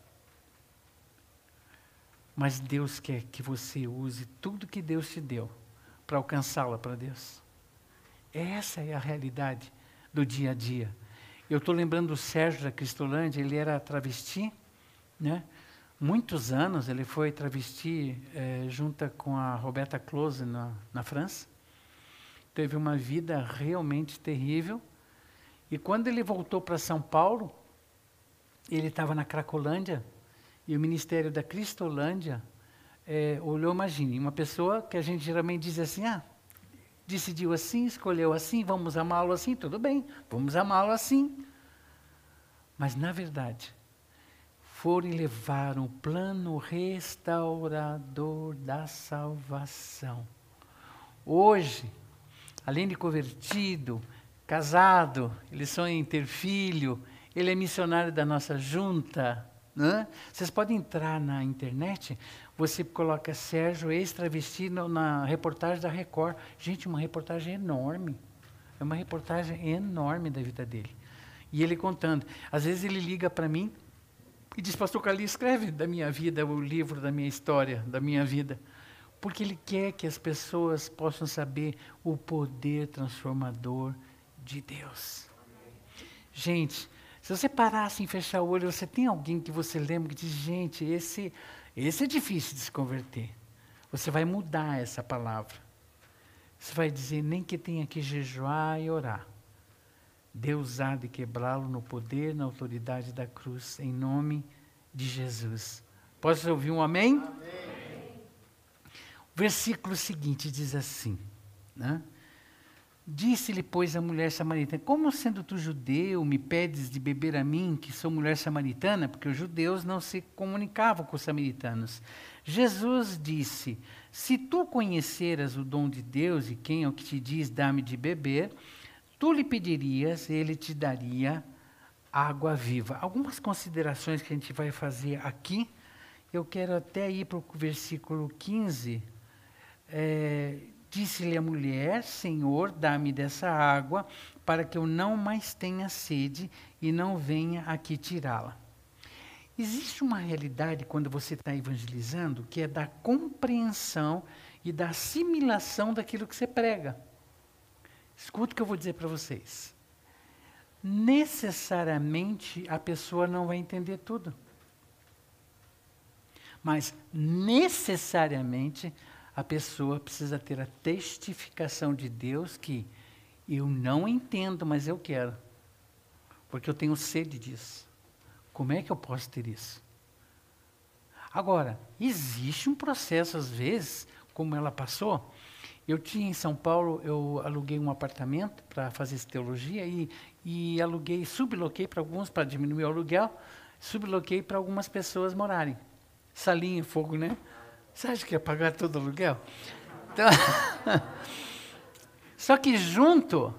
Mas Deus quer que você use tudo que Deus te deu para alcançá-la para Deus. Essa é a realidade do dia a dia. Eu estou lembrando do Sérgio da Cristolândia, ele era travesti, né? Muitos anos ele foi travesti é, junto com a Roberta Close na, na França. Teve uma vida realmente terrível. E quando ele voltou para São Paulo, ele estava na Cracolândia, e o Ministério da Cristolândia é, olhou, imagine, uma pessoa que a gente geralmente diz assim, ah, decidiu assim, escolheu assim, vamos amá-lo assim, tudo bem, vamos amá-lo assim. Mas, na verdade, foram e levaram o plano restaurador da salvação. Hoje, além de convertido, casado, ele sonha em ter filho, ele é missionário da nossa junta, né? Vocês podem entrar na internet, você coloca Sérgio ex-travesti na reportagem da Record. Gente, uma reportagem enorme. É uma reportagem enorme da vida dele. E ele contando. Às vezes ele liga para mim e diz, pastor Carlinhos, escreve da minha vida o livro da minha história, da minha vida. Porque ele quer que as pessoas possam saber o poder transformador de Deus. Gente, se você parar assim, fechar o olho, você tem alguém que você lembra que diz, gente, esse, esse é difícil de se converter. Você vai mudar essa palavra. Você vai dizer, nem que tenha que jejuar e orar. Deus há de quebrá-lo no poder, na autoridade da cruz, em nome de Jesus. Posso ouvir um amém? Amém. O versículo seguinte diz assim, né? Disse-lhe, pois, a mulher samaritana, como sendo tu judeu, me pedes de beber a mim, que sou mulher samaritana? Porque os judeus não se comunicavam com os samaritanos. Jesus disse, se tu conheceras o dom de Deus e quem é o que te diz, dá-me de beber, tu lhe pedirias, ele te daria água viva. Algumas considerações que a gente vai fazer aqui, eu quero até ir para o versículo quinze, é, disse-lhe a mulher, Senhor, dá-me dessa água, para que eu não mais tenha sede e não venha aqui tirá-la. Existe uma realidade quando você está evangelizando, que é da compreensão e da assimilação daquilo que você prega. Escuta o que eu vou dizer para vocês. Necessariamente a pessoa não vai entender tudo. Mas necessariamente a pessoa precisa ter a testificação de Deus que eu não entendo, mas eu quero. Porque eu tenho sede disso. Como é que eu posso ter isso? Agora, existe um processo, às vezes, como ela passou. Eu tinha em São Paulo, eu aluguei um apartamento para fazer teologia e, e aluguei, subloquei para alguns, para diminuir o aluguel, subloquei para algumas pessoas morarem. Salinha, fogo, né? Você acha que ia pagar todo o aluguel? Então, só que junto,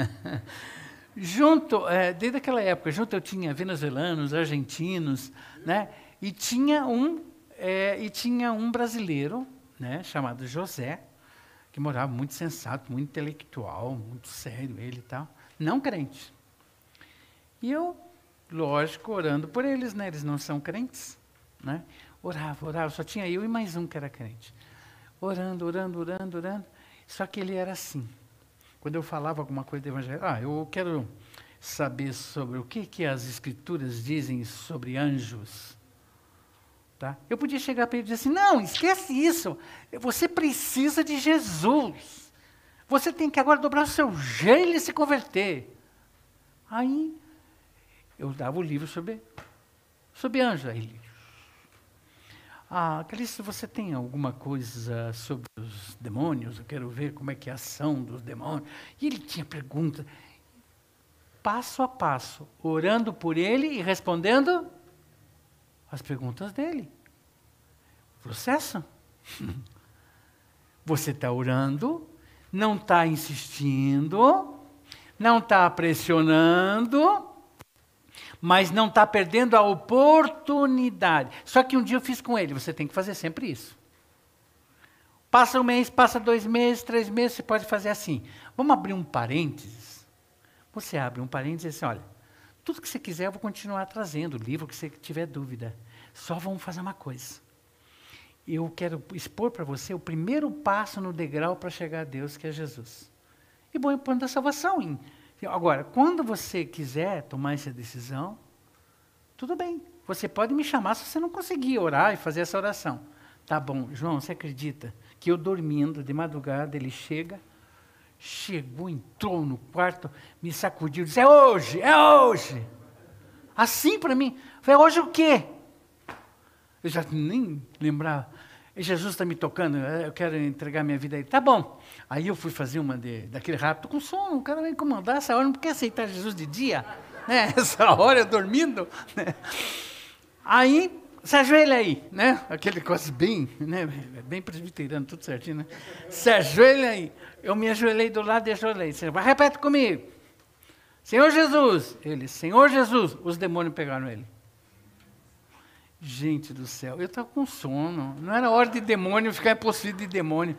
junto, é, desde aquela época, junto eu tinha venezuelanos, argentinos, né? E tinha um, é, e tinha um brasileiro, né? Chamado José, que morava muito sensato, muito intelectual, muito sério, ele e tal, não crente. E eu, lógico, orando por eles, né? Eles não são crentes, né? Orava, orava, só tinha eu e mais um que era crente. Orando, orando, orando, orando. Só que ele era assim. Quando eu falava alguma coisa do evangelho, ah, eu quero saber sobre o que, que as escrituras dizem sobre anjos. Tá? Eu podia chegar para ele e dizer assim, não, esquece isso. Você precisa de Jesus. Você tem que agora dobrar o seu joelho e se converter. Aí, eu dava o livro sobre, sobre anjos. Aí ele, ah, Calixto, você tem alguma coisa sobre os demônios? Eu quero ver como é que é a ação dos demônios. E ele tinha perguntas, passo a passo, orando por ele e respondendo as perguntas dele. Processo. Você está orando, não está insistindo, não está pressionando, mas não está perdendo a oportunidade. Só que um dia eu fiz com ele, você tem que fazer sempre isso. Passa um mês, passa dois meses, três meses, você pode fazer assim. Vamos abrir um parênteses. Você abre um parênteses e diz assim, olha, tudo que você quiser eu vou continuar trazendo, o livro que você tiver dúvida. Só vamos fazer uma coisa. Eu quero expor para você o primeiro passo no degrau para chegar a Deus, que é Jesus. E bom, é o plano da salvação, hein? Agora, quando você quiser tomar essa decisão, tudo bem. Você pode me chamar se você não conseguir orar e fazer essa oração. Tá bom, João, você acredita que eu dormindo de madrugada, ele chega, chegou, entrou no quarto, me sacudiu, disse, é hoje, é hoje. Assim para mim. Falei, hoje o quê? Eu já nem lembrava. Jesus está me tocando, eu quero entregar minha vida a ele. Tá bom. Aí eu fui fazer uma de, daquele rápido com sono, o cara vai incomodar essa hora, não quer aceitar Jesus de dia, né? Essa hora eu dormindo, né? Aí, se ajoelha aí, né? Aquele negócio bem, né? Bem presbiteriano, tudo certinho, né? Se ajoelha aí. Eu me ajoelhei do lado e ajoelhei. Você vai, repete comigo. Senhor Jesus. Ele, Senhor Jesus. Os demônios pegaram ele. Gente do céu, eu estava com sono. Não era hora de demônio ficar possuído de demônio.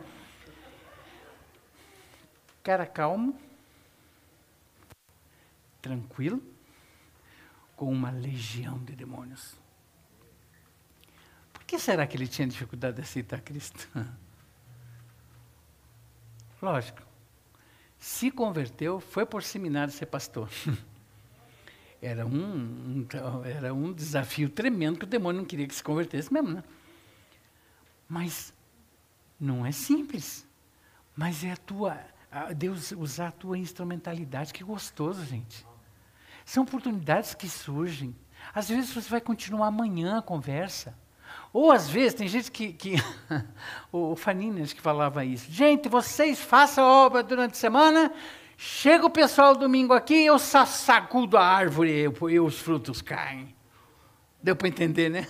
Cara calmo, tranquilo, com uma legião de demônios. Por que será que ele tinha dificuldade de aceitar Cristo? Lógico, se converteu, foi por seminário ser pastor. Era um, um, era um desafio tremendo que o demônio não queria que se convertesse mesmo, né? Mas não é simples. Mas é a tua, a Deus usar a tua instrumentalidade, que gostoso, gente. São oportunidades que surgem. Às vezes você vai continuar amanhã a conversa. Ou às vezes, tem gente que... que o Fanini, acho que falava isso. Gente, vocês façam a obra durante a semana, Chega o pessoal domingo aqui, eu sacudo a árvore e, eu, e os frutos caem. Deu para entender, né?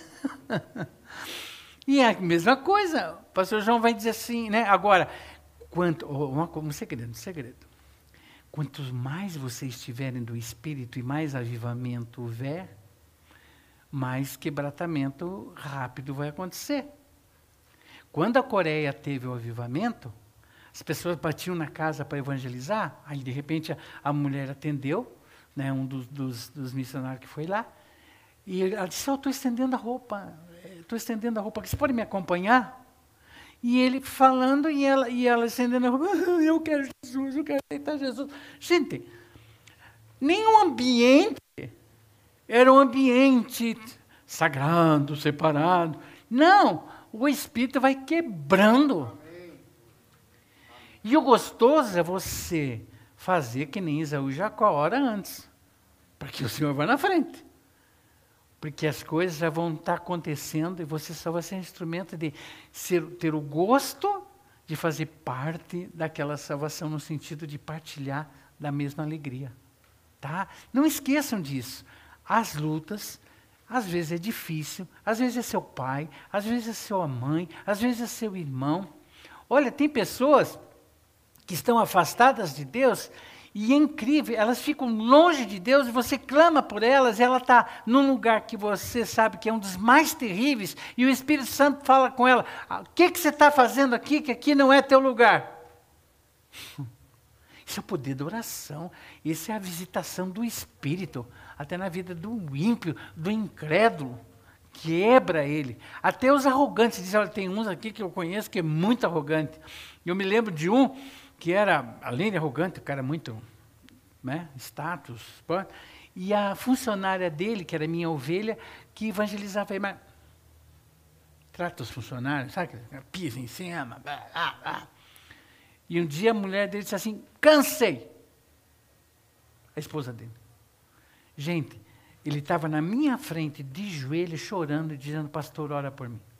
E é a mesma coisa. O pastor João vai dizer assim, né? Agora, quanto, uma, um segredo, um segredo. Quantos mais vocês estiverem do Espírito e mais avivamento houver, mais quebrantamento rápido vai acontecer. Quando a Coreia teve o avivamento, as pessoas batiam na casa para evangelizar, aí de repente a, a mulher atendeu, né, um dos, dos, dos missionários que foi lá, e ela disse, oh, estou estendendo a roupa, estou estendendo a roupa, você pode me acompanhar? E ele falando, e ela, e ela estendendo a roupa, eu quero Jesus, eu quero aceitar Jesus. Gente, nenhum ambiente era um ambiente sagrado, separado. Não, o Espírito vai quebrando. E o gostoso é você fazer que nem Esaú e Jacó, a hora antes. Porque o Senhor vai na frente. Porque as coisas já vão estar acontecendo e você só vai ser instrumento de ser, ter o gosto de fazer parte daquela salvação, no sentido de partilhar da mesma alegria. Tá? Não esqueçam disso. As lutas, às vezes é difícil, às vezes é seu pai, às vezes é sua mãe, às vezes é seu irmão. Olha, tem pessoas que estão afastadas de Deus, e é incrível, elas ficam longe de Deus, e você clama por elas, e ela está num lugar que você sabe que é um dos mais terríveis, e o Espírito Santo fala com ela, o que, que você está fazendo aqui, que aqui não é teu lugar? Isso é o poder da oração, isso é a visitação do Espírito, até na vida do ímpio, do incrédulo, quebra ele. Até os arrogantes, diz, olha, tem uns aqui que eu conheço que é muito arrogante. Eu me lembro de um que era, além de arrogante, o cara muito, né, status, pô, e a funcionária dele, que era minha ovelha, que evangelizava ele, mas trata os funcionários, sabe, pisa em cima, blá, blá, blá. E um dia a mulher dele disse assim, cansei. A esposa dele. Gente, ele estava na minha frente, de joelho, chorando, e dizendo, pastor, ora por mim.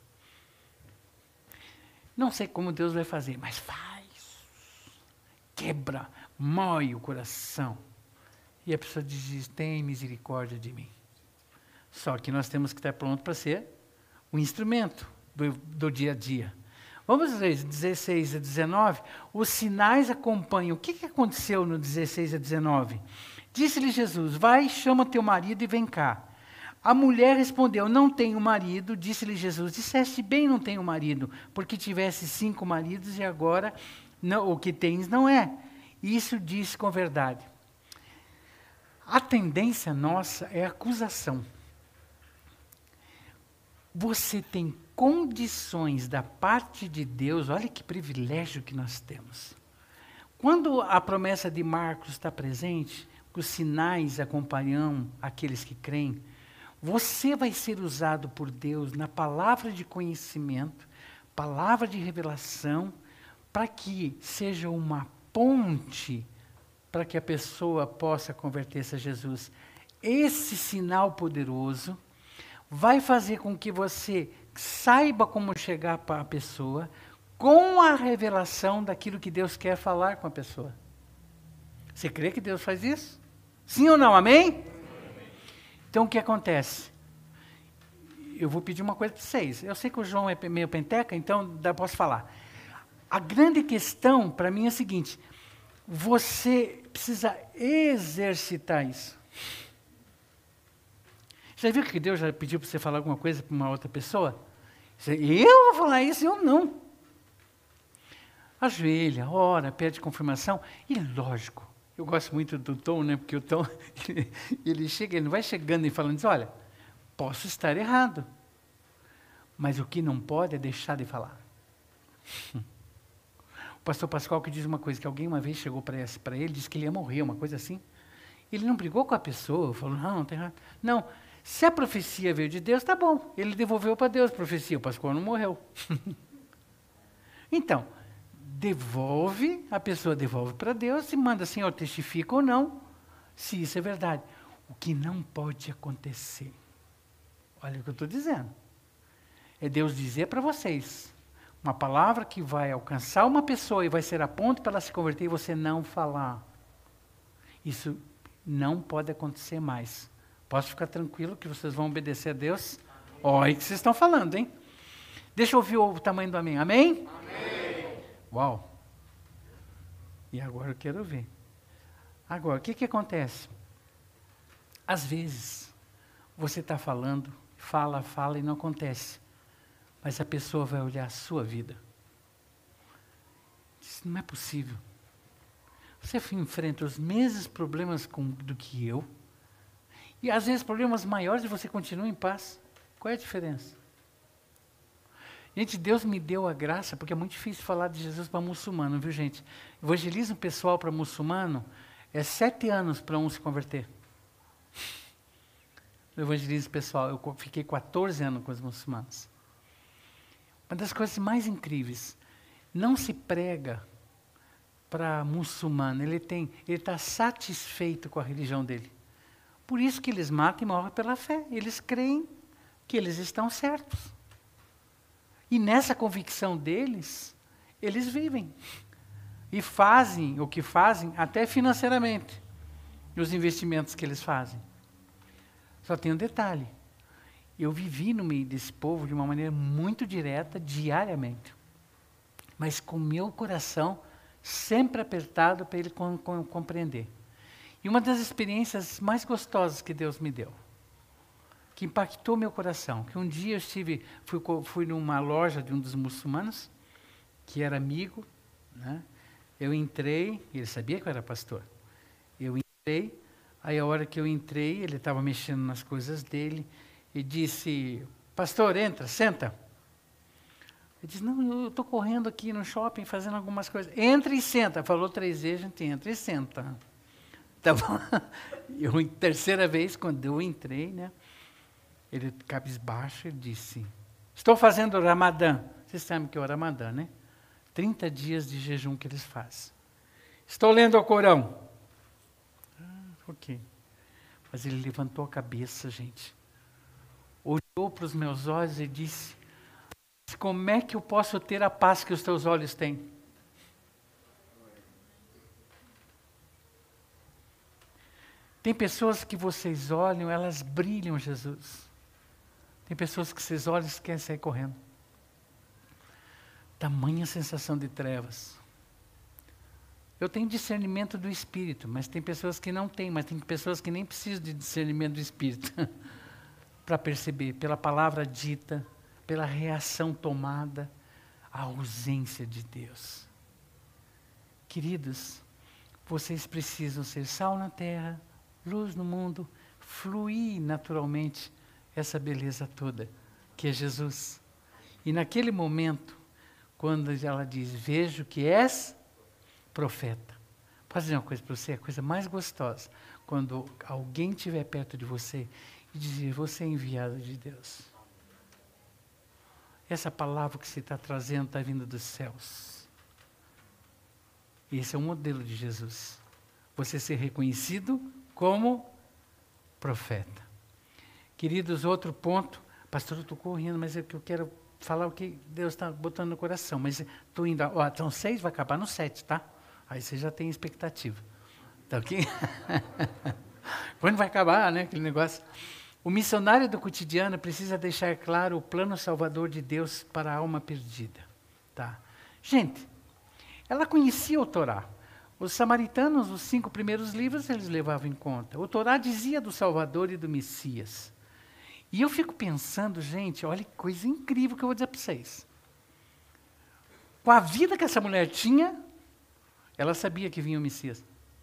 Não sei como Deus vai fazer, mas faz. Quebra, mói o coração. E a pessoa diz, tem misericórdia de mim. Só que nós temos que estar pronto para ser o instrumento do, do dia a dia. Vamos ver, dezesseis a dezenove, os sinais acompanham. O que, que aconteceu no dezesseis a dezenove? Disse-lhe Jesus, vai, chama teu marido e vem cá. A mulher respondeu, não tenho marido. Disse-lhe Jesus, disseste bem, não tenho marido, porque tivesse cinco maridos e agora não, o que tens não é. Isso disse com verdade. A tendência nossa é acusação. Você tem condições da parte de Deus, olha que privilégio que nós temos. Quando a promessa de Marcos está presente, os sinais acompanham aqueles que creem, você vai ser usado por Deus na palavra de conhecimento, palavra de revelação, para que seja uma ponte para que a pessoa possa converter-se a Jesus. Esse sinal poderoso vai fazer com que você saiba como chegar para a pessoa com a revelação daquilo que Deus quer falar com a pessoa. Você crê que Deus faz isso? Sim ou não? Amém? Então, o que acontece? Eu vou pedir uma coisa para vocês. Eu sei que o João é meio penteca, então eu posso falar. A grande questão, para mim, é a seguinte. Você precisa exercitar isso. Já viu que Deus já pediu para você falar alguma coisa para uma outra pessoa? Você, eu vou falar isso? Eu não. Ajoelha, ora, pede confirmação. E lógico, eu gosto muito do Tom, né? Porque o Tom, ele, ele chega, ele não vai chegando e falando, diz, olha, posso estar errado, mas o que não pode é deixar de falar. O pastor Pascoal que diz uma coisa, que alguém uma vez chegou para ele, disse que ele ia morrer, uma coisa assim. Ele não brigou com a pessoa, falou, não, não tem errado. Não, se a profecia veio de Deus, tá bom. Ele devolveu para Deus a profecia, o Pascoal não morreu. Então, devolve, a pessoa devolve para Deus e manda, Senhor, testifica ou não, se isso é verdade. O que não pode acontecer, olha o que eu estou dizendo, é Deus dizer para vocês, uma palavra que vai alcançar uma pessoa e vai ser a ponto para ela se converter e você não falar. Isso não pode acontecer mais. Posso ficar tranquilo que vocês vão obedecer a Deus? Olha o que vocês estão falando, hein? Deixa eu ouvir o tamanho do amém. Amém? Amém. Uau. E agora eu quero ver. Agora, o que que acontece? Às vezes, você está falando, fala, fala e não acontece. Mas a pessoa vai olhar a sua vida. Diz, não é possível. Você enfrenta os mesmos problemas com, do que eu. E às vezes problemas maiores e você continua em paz. Qual é a diferença? Gente, Deus me deu a graça, porque é muito difícil falar de Jesus para muçulmano, viu gente? Evangelismo pessoal para muçulmano é sete anos para um se converter. No evangelismo pessoal, eu fiquei quatorze anos com os muçulmanos. Uma das coisas mais incríveis, não se prega para muçulmano, ele tem, ele está satisfeito com a religião dele. Por isso que eles matam e morrem pela fé. Eles creem que eles estão certos. E nessa convicção deles, eles vivem. E fazem o que fazem, até financeiramente, os investimentos que eles fazem. Só tem um detalhe. Eu vivi no meio desse povo de uma maneira muito direta, diariamente. Mas com meu coração sempre apertado para ele com, com, compreender. E uma das experiências mais gostosas que Deus me deu, que impactou meu coração, que um dia eu estive, fui, fui numa loja de um dos muçulmanos, que era amigo, né? Eu entrei, ele sabia que eu era pastor. Eu entrei, aí a hora que eu entrei, ele estava mexendo nas coisas dele, e disse, pastor, entra, senta. Eu disse, não, eu estou correndo aqui no shopping, fazendo algumas coisas. Entra e senta. Falou três vezes, a gente entra e senta. Tá bom? Eu, terceira vez, quando eu entrei, né, ele, cabisbaixo, ele disse, estou fazendo o Ramadã. Vocês sabem que é o Ramadã, né? trinta dias de jejum que eles fazem. Estou lendo o Corão. Ah, ok. Mas ele levantou a cabeça, gente. Olhou para os meus olhos e disse, como é que eu posso ter a paz que os teus olhos têm? Tem pessoas que vocês olham, elas brilham, Jesus. Tem pessoas que vocês olham e querem sair correndo. Tamanha sensação de trevas. Eu tenho discernimento do Espírito, mas tem pessoas que não têm, mas tem pessoas que nem precisam de discernimento do Espírito para perceber, pela palavra dita, pela reação tomada, a ausência de Deus. Queridos, vocês precisam ser sal na terra, luz no mundo, fluir naturalmente essa beleza toda, que é Jesus. E naquele momento, quando ela diz, vejo que és profeta. Posso dizer uma coisa para você? A coisa mais gostosa, quando alguém estiver perto de você e dizer, você é enviado de Deus. Essa palavra que você está trazendo está vindo dos céus. E esse é o modelo de Jesus. Você ser reconhecido como profeta. Queridos, outro ponto. Pastor, eu estou correndo, mas é que eu quero falar o que Deus está botando no coração. Mas estou indo. Ó, então seis vai acabar no sete, tá? Aí você já tem expectativa. Tá ok? Quando vai acabar, né? Aquele negócio. O missionário do cotidiano precisa deixar claro o plano salvador de Deus para a alma perdida. Tá? Gente, ela conhecia o Torá. Os samaritanos, os cinco primeiros livros, eles levavam em conta. O Torá dizia do Salvador e do Messias. E eu fico pensando, gente, olha que coisa incrível que eu vou dizer para vocês. Com a vida que essa mulher tinha, ela sabia que vinha o Messias.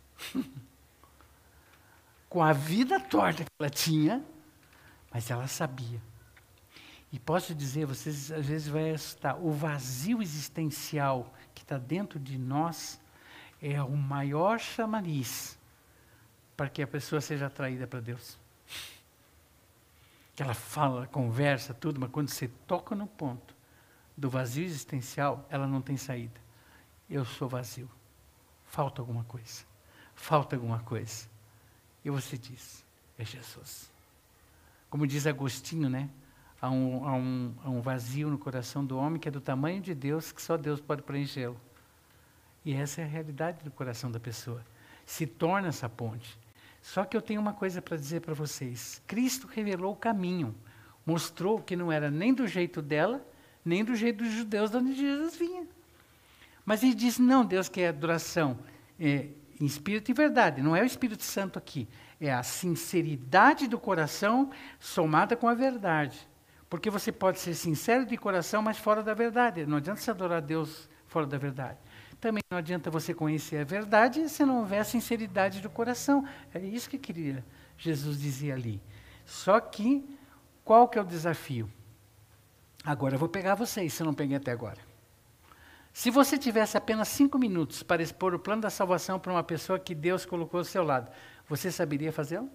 Com a vida torta que ela tinha, mas ela sabia. E posso dizer, vocês às vezes vai assustar, o vazio existencial que está dentro de nós é o maior chamariz para que a pessoa seja atraída para Deus. Que ela fala, conversa, tudo, mas quando você toca no ponto do vazio existencial, ela não tem saída. Eu sou vazio. Falta alguma coisa. Falta alguma coisa. E você diz, é Jesus. Como diz Agostinho, né? Há um, há, um, há um vazio no coração do homem que é do tamanho de Deus, que só Deus pode preenchê-lo. E essa é a realidade do coração da pessoa. se torna essa ponte. Só que eu tenho uma coisa para dizer para vocês. Cristo revelou o caminho. Mostrou que não era nem do jeito dela, nem do jeito dos judeus de onde Jesus vinha. Mas ele diz, não, Deus quer adoração é, em espírito e verdade. Não é o Espírito Santo aqui. É a sinceridade do coração somada com a verdade. Porque você pode ser sincero de coração, mas fora da verdade. Não adianta você adorar Deus fora da verdade. Também não adianta você conhecer a verdade se não houver a sinceridade do coração. É isso que queria Jesus dizer ali. Só que, qual que é o desafio? Agora eu vou pegar vocês, se eu não peguei até agora. Se você tivesse apenas cinco minutos para expor o plano da salvação para uma pessoa que Deus colocou ao seu lado, você saberia fazê-lo?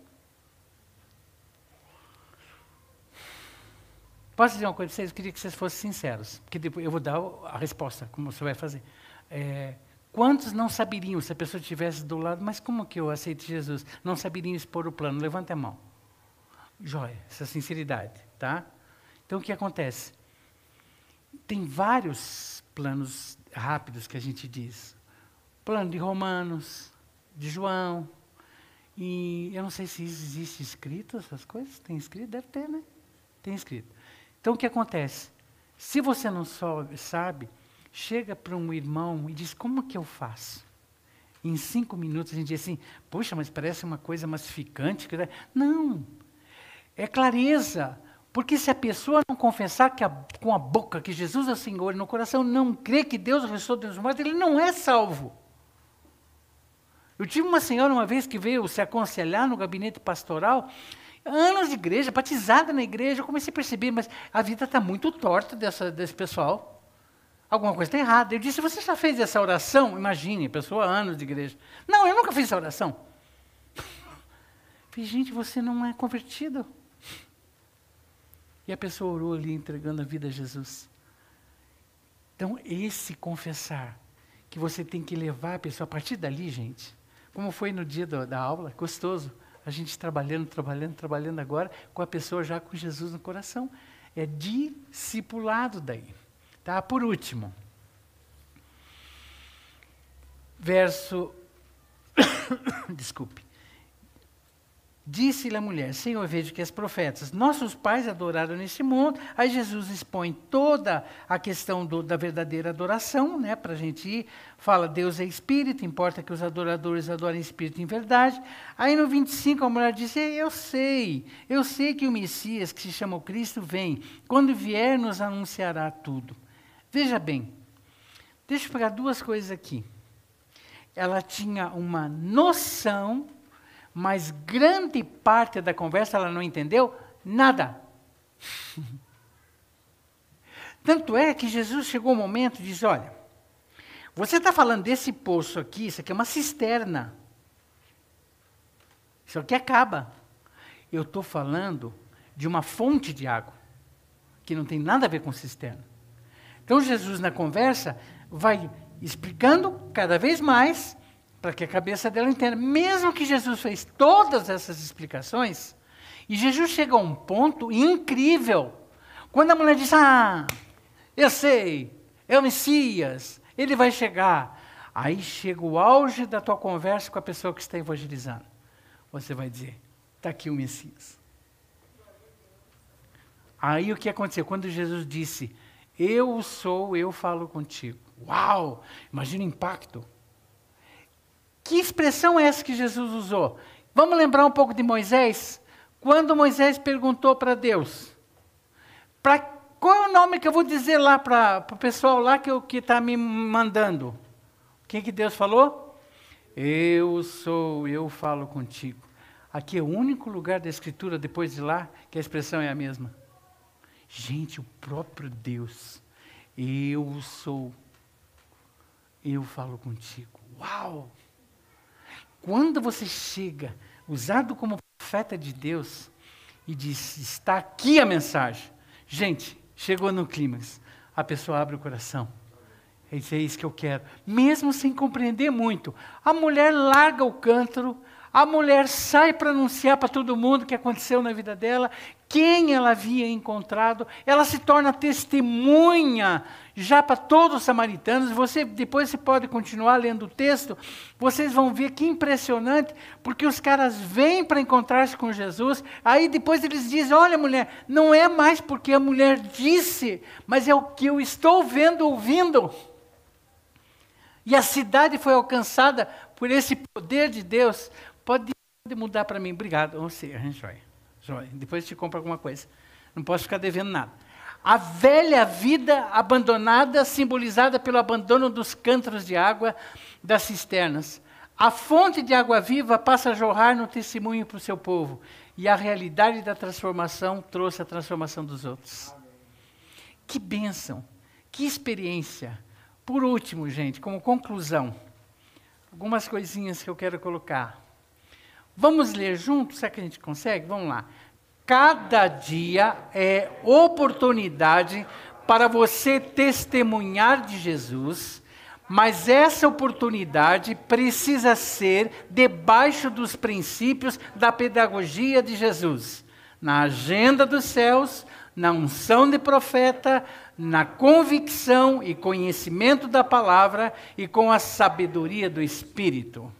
Posso dizer uma coisa para vocês? Eu queria que vocês fossem sinceros, porque depois eu vou dar a resposta, como você vai fazer. É, quantos não saberiam, se a pessoa estivesse do lado, mas como que eu aceito Jesus? Não saberiam expor o plano? Levante a mão. Joia, essa sinceridade, tá? Então o que acontece? Tem vários planos rápidos que a gente diz. Plano de Romanos, de João, e eu não sei se existe escrito essas coisas, tem escrito? Deve ter, né? Tem escrito. Então o que acontece? Se você não soube, sabe, chega para um irmão e diz, como que eu faço? Em cinco minutos a gente diz assim, puxa, mas parece uma coisa massificante. Não, é clareza. Porque se a pessoa não confessar que a, com a boca que Jesus é o Senhor e no coração não crê que Deus ressuscitou dos mortos, ele não é salvo. Eu tive uma senhora uma vez que veio se aconselhar no gabinete pastoral, anos de igreja, batizada na igreja, eu comecei a perceber, mas a vida está muito torta dessa, desse pessoal. Alguma coisa está errada. Eu disse, você já fez essa oração? Imagine, pessoa anos de igreja. Não, eu nunca fiz essa oração. Eu falei, gente, você não é convertido. E a pessoa orou ali, entregando a vida a Jesus. Então, esse confessar, que você tem que levar a pessoa, a partir dali, gente, como foi no dia do, da aula, gostoso, a gente trabalhando, trabalhando, trabalhando agora, com a pessoa já com Jesus no coração. É discipulado daí. Tá? Por último, verso, desculpe. Disse-lhe a mulher, Senhor, vejo que as profetas, nossos pais adoraram nesse mundo. Aí Jesus expõe toda a questão do, da verdadeira adoração, né, para a gente ir. Fala, Deus é espírito, importa que os adoradores adorem espírito em verdade. Aí no vinte e cinco a mulher disse, eu sei, eu sei que o Messias, que se chama o Cristo, vem. Quando vier, nos anunciará tudo. Veja bem, deixa eu pegar duas coisas aqui. Ela tinha uma noção, mas grande parte da conversa ela não entendeu nada. Tanto é que Jesus chegou um momento e diz, olha, você está falando desse poço aqui, isso aqui é uma cisterna. Isso aqui acaba. Eu estou falando de uma fonte de água, que não tem nada a ver com cisterna. Então Jesus na conversa vai explicando cada vez mais, para que a cabeça dela entenda. Mesmo que Jesus fez todas essas explicações, e Jesus chega a um ponto incrível, quando a mulher diz, ah, eu sei, é o Messias, ele vai chegar. Aí chega o auge da tua conversa com a pessoa que está evangelizando. Você vai dizer, está aqui o Messias. Aí o que aconteceu? Quando Jesus disse, eu sou, eu falo contigo. Uau! Imagina o impacto. Que expressão é essa que Jesus usou? Vamos lembrar um pouco de Moisés? Quando Moisés perguntou para Deus, pra, qual é o nome que eu vou dizer lá para o pessoal lá que está me mandando? O que, que Deus falou? Eu sou, eu falo contigo. Aqui é o único lugar da Escritura, depois de lá, que a expressão é a mesma. Gente, o próprio Deus, eu sou, eu falo contigo. Uau! Quando você chega, usado como profeta de Deus, e diz, está aqui a mensagem. Gente, chegou no clímax. A pessoa abre o coração. É isso que eu quero. Mesmo sem compreender muito. A mulher larga o cântaro, A mulher sai para anunciar para todo mundo o que aconteceu na vida dela, quem ela havia encontrado, ela se torna testemunha já para todos os samaritanos. Você, depois você pode continuar lendo o texto, vocês vão ver que impressionante, porque os caras vêm para encontrar-se com Jesus, aí depois eles dizem, olha mulher, não é mais porque a mulher disse, mas é o que eu estou vendo, ouvindo. E a cidade foi alcançada por esse poder de Deus. Pode, pode mudar para mim, obrigado. Ou seja, joia, joia. Depois te compro alguma coisa. Não posso ficar devendo nada. A velha vida abandonada, simbolizada pelo abandono dos cântaros de água das cisternas. A fonte de água viva passa a jorrar no testemunho para o seu povo. E a realidade da transformação trouxe a transformação dos outros. Amém. Que bênção, que experiência. Por último, gente, como conclusão, algumas coisinhas que eu quero colocar. Vamos ler juntos? Será que a gente consegue? Vamos lá. Cada dia é oportunidade para você testemunhar de Jesus, mas essa oportunidade precisa ser debaixo dos princípios da pedagogia de Jesus. Na agenda dos céus, na unção de profeta, na convicção e conhecimento da palavra e com a sabedoria do Espírito.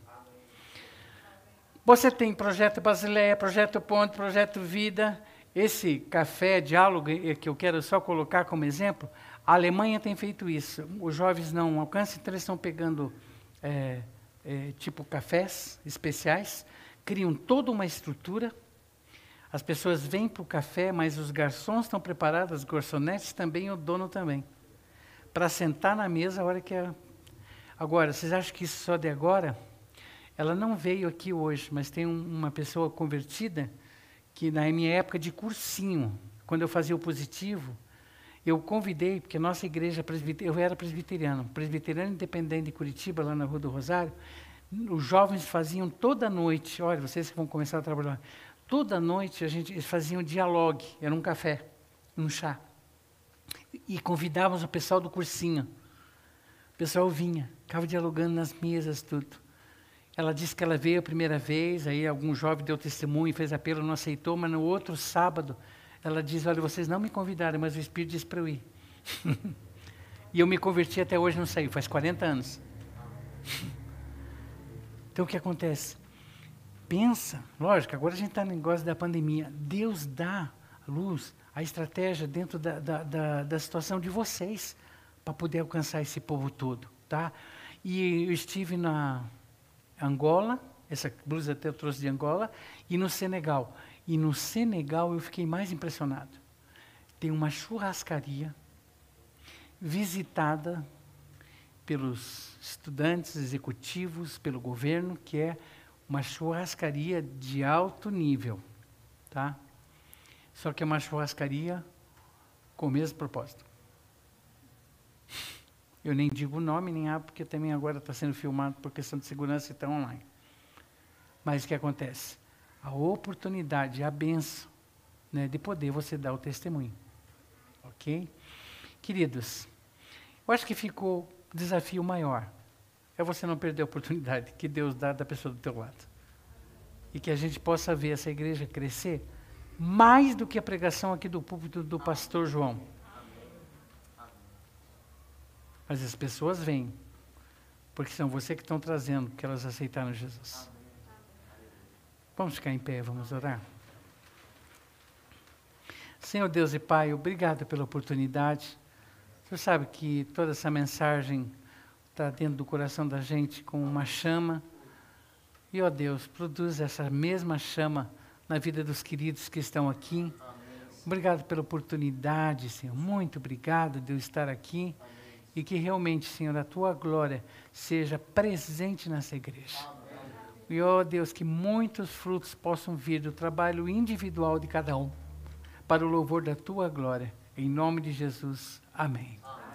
Você tem Projeto Basileia, Projeto Ponte, Projeto Vida. Esse café, diálogo, que eu quero só colocar como exemplo, a Alemanha tem feito isso. Os jovens não alcançam, então eles estão pegando é, é, tipo cafés especiais, criam toda uma estrutura. As pessoas vêm para o café, mas os garçons estão preparados, as garçonetes também, o dono também, para sentar na mesa a hora que é. Agora, vocês acham que isso só de agora? Ela não veio aqui hoje, mas tem um, uma pessoa convertida que na minha época de cursinho, quando eu fazia o positivo, eu convidei, porque a nossa igreja, eu era presbiteriano, presbiteriano independente de Curitiba, lá na Rua do Rosário, os jovens faziam toda noite, olha, vocês que vão começar a trabalhar, toda noite a gente, eles faziam dialogue, era um café, um chá, e convidávamos o pessoal do cursinho, o pessoal vinha, ficava dialogando nas mesas, tudo. Ela disse que ela veio a primeira vez, aí algum jovem deu testemunho, fez apelo, não aceitou, mas no outro sábado, ela diz, olha, vocês não me convidaram, mas o Espírito disse para eu ir. E eu me converti até hoje, não saí, faz quarenta anos. Então o que acontece? Pensa, lógico, agora a gente está no negócio da pandemia, Deus dá a luz, a estratégia dentro da, da, da, da situação de vocês, para poder alcançar esse povo todo, tá? E eu estive na Angola, essa blusa até eu trouxe de Angola, e no Senegal. E no Senegal eu fiquei mais impressionado. Tem uma churrascaria visitada pelos estudantes executivos, pelo governo, que é uma churrascaria de alto nível, tá? Só que é uma churrascaria com o mesmo propósito. Eu nem digo o nome, nem abro, porque também agora está sendo filmado por questão de segurança e está online. Mas o que acontece? A oportunidade, a benção, né, de poder você dar o testemunho. Ok? Queridos, eu acho que ficou o desafio maior. É você não perder a oportunidade que Deus dá da pessoa do teu lado. E que a gente possa ver essa igreja crescer mais do que a pregação aqui do púlpito do pastor João. Mas as pessoas vêm, porque são você que estão trazendo, que elas aceitaram Jesus. Vamos ficar em pé, vamos orar? Senhor Deus e Pai, obrigado pela oportunidade. O Senhor sabe que toda essa mensagem está dentro do coração da gente com uma chama. E, ó Deus, produz essa mesma chama na vida dos queridos que estão aqui. Obrigado pela oportunidade, Senhor. Muito obrigado de eu estar aqui. E que realmente, Senhor, a Tua glória seja presente nessa igreja. E, ó Deus, que muitos frutos possam vir do trabalho individual de cada um, para o louvor da Tua glória. Em nome de Jesus. Amém. Amém.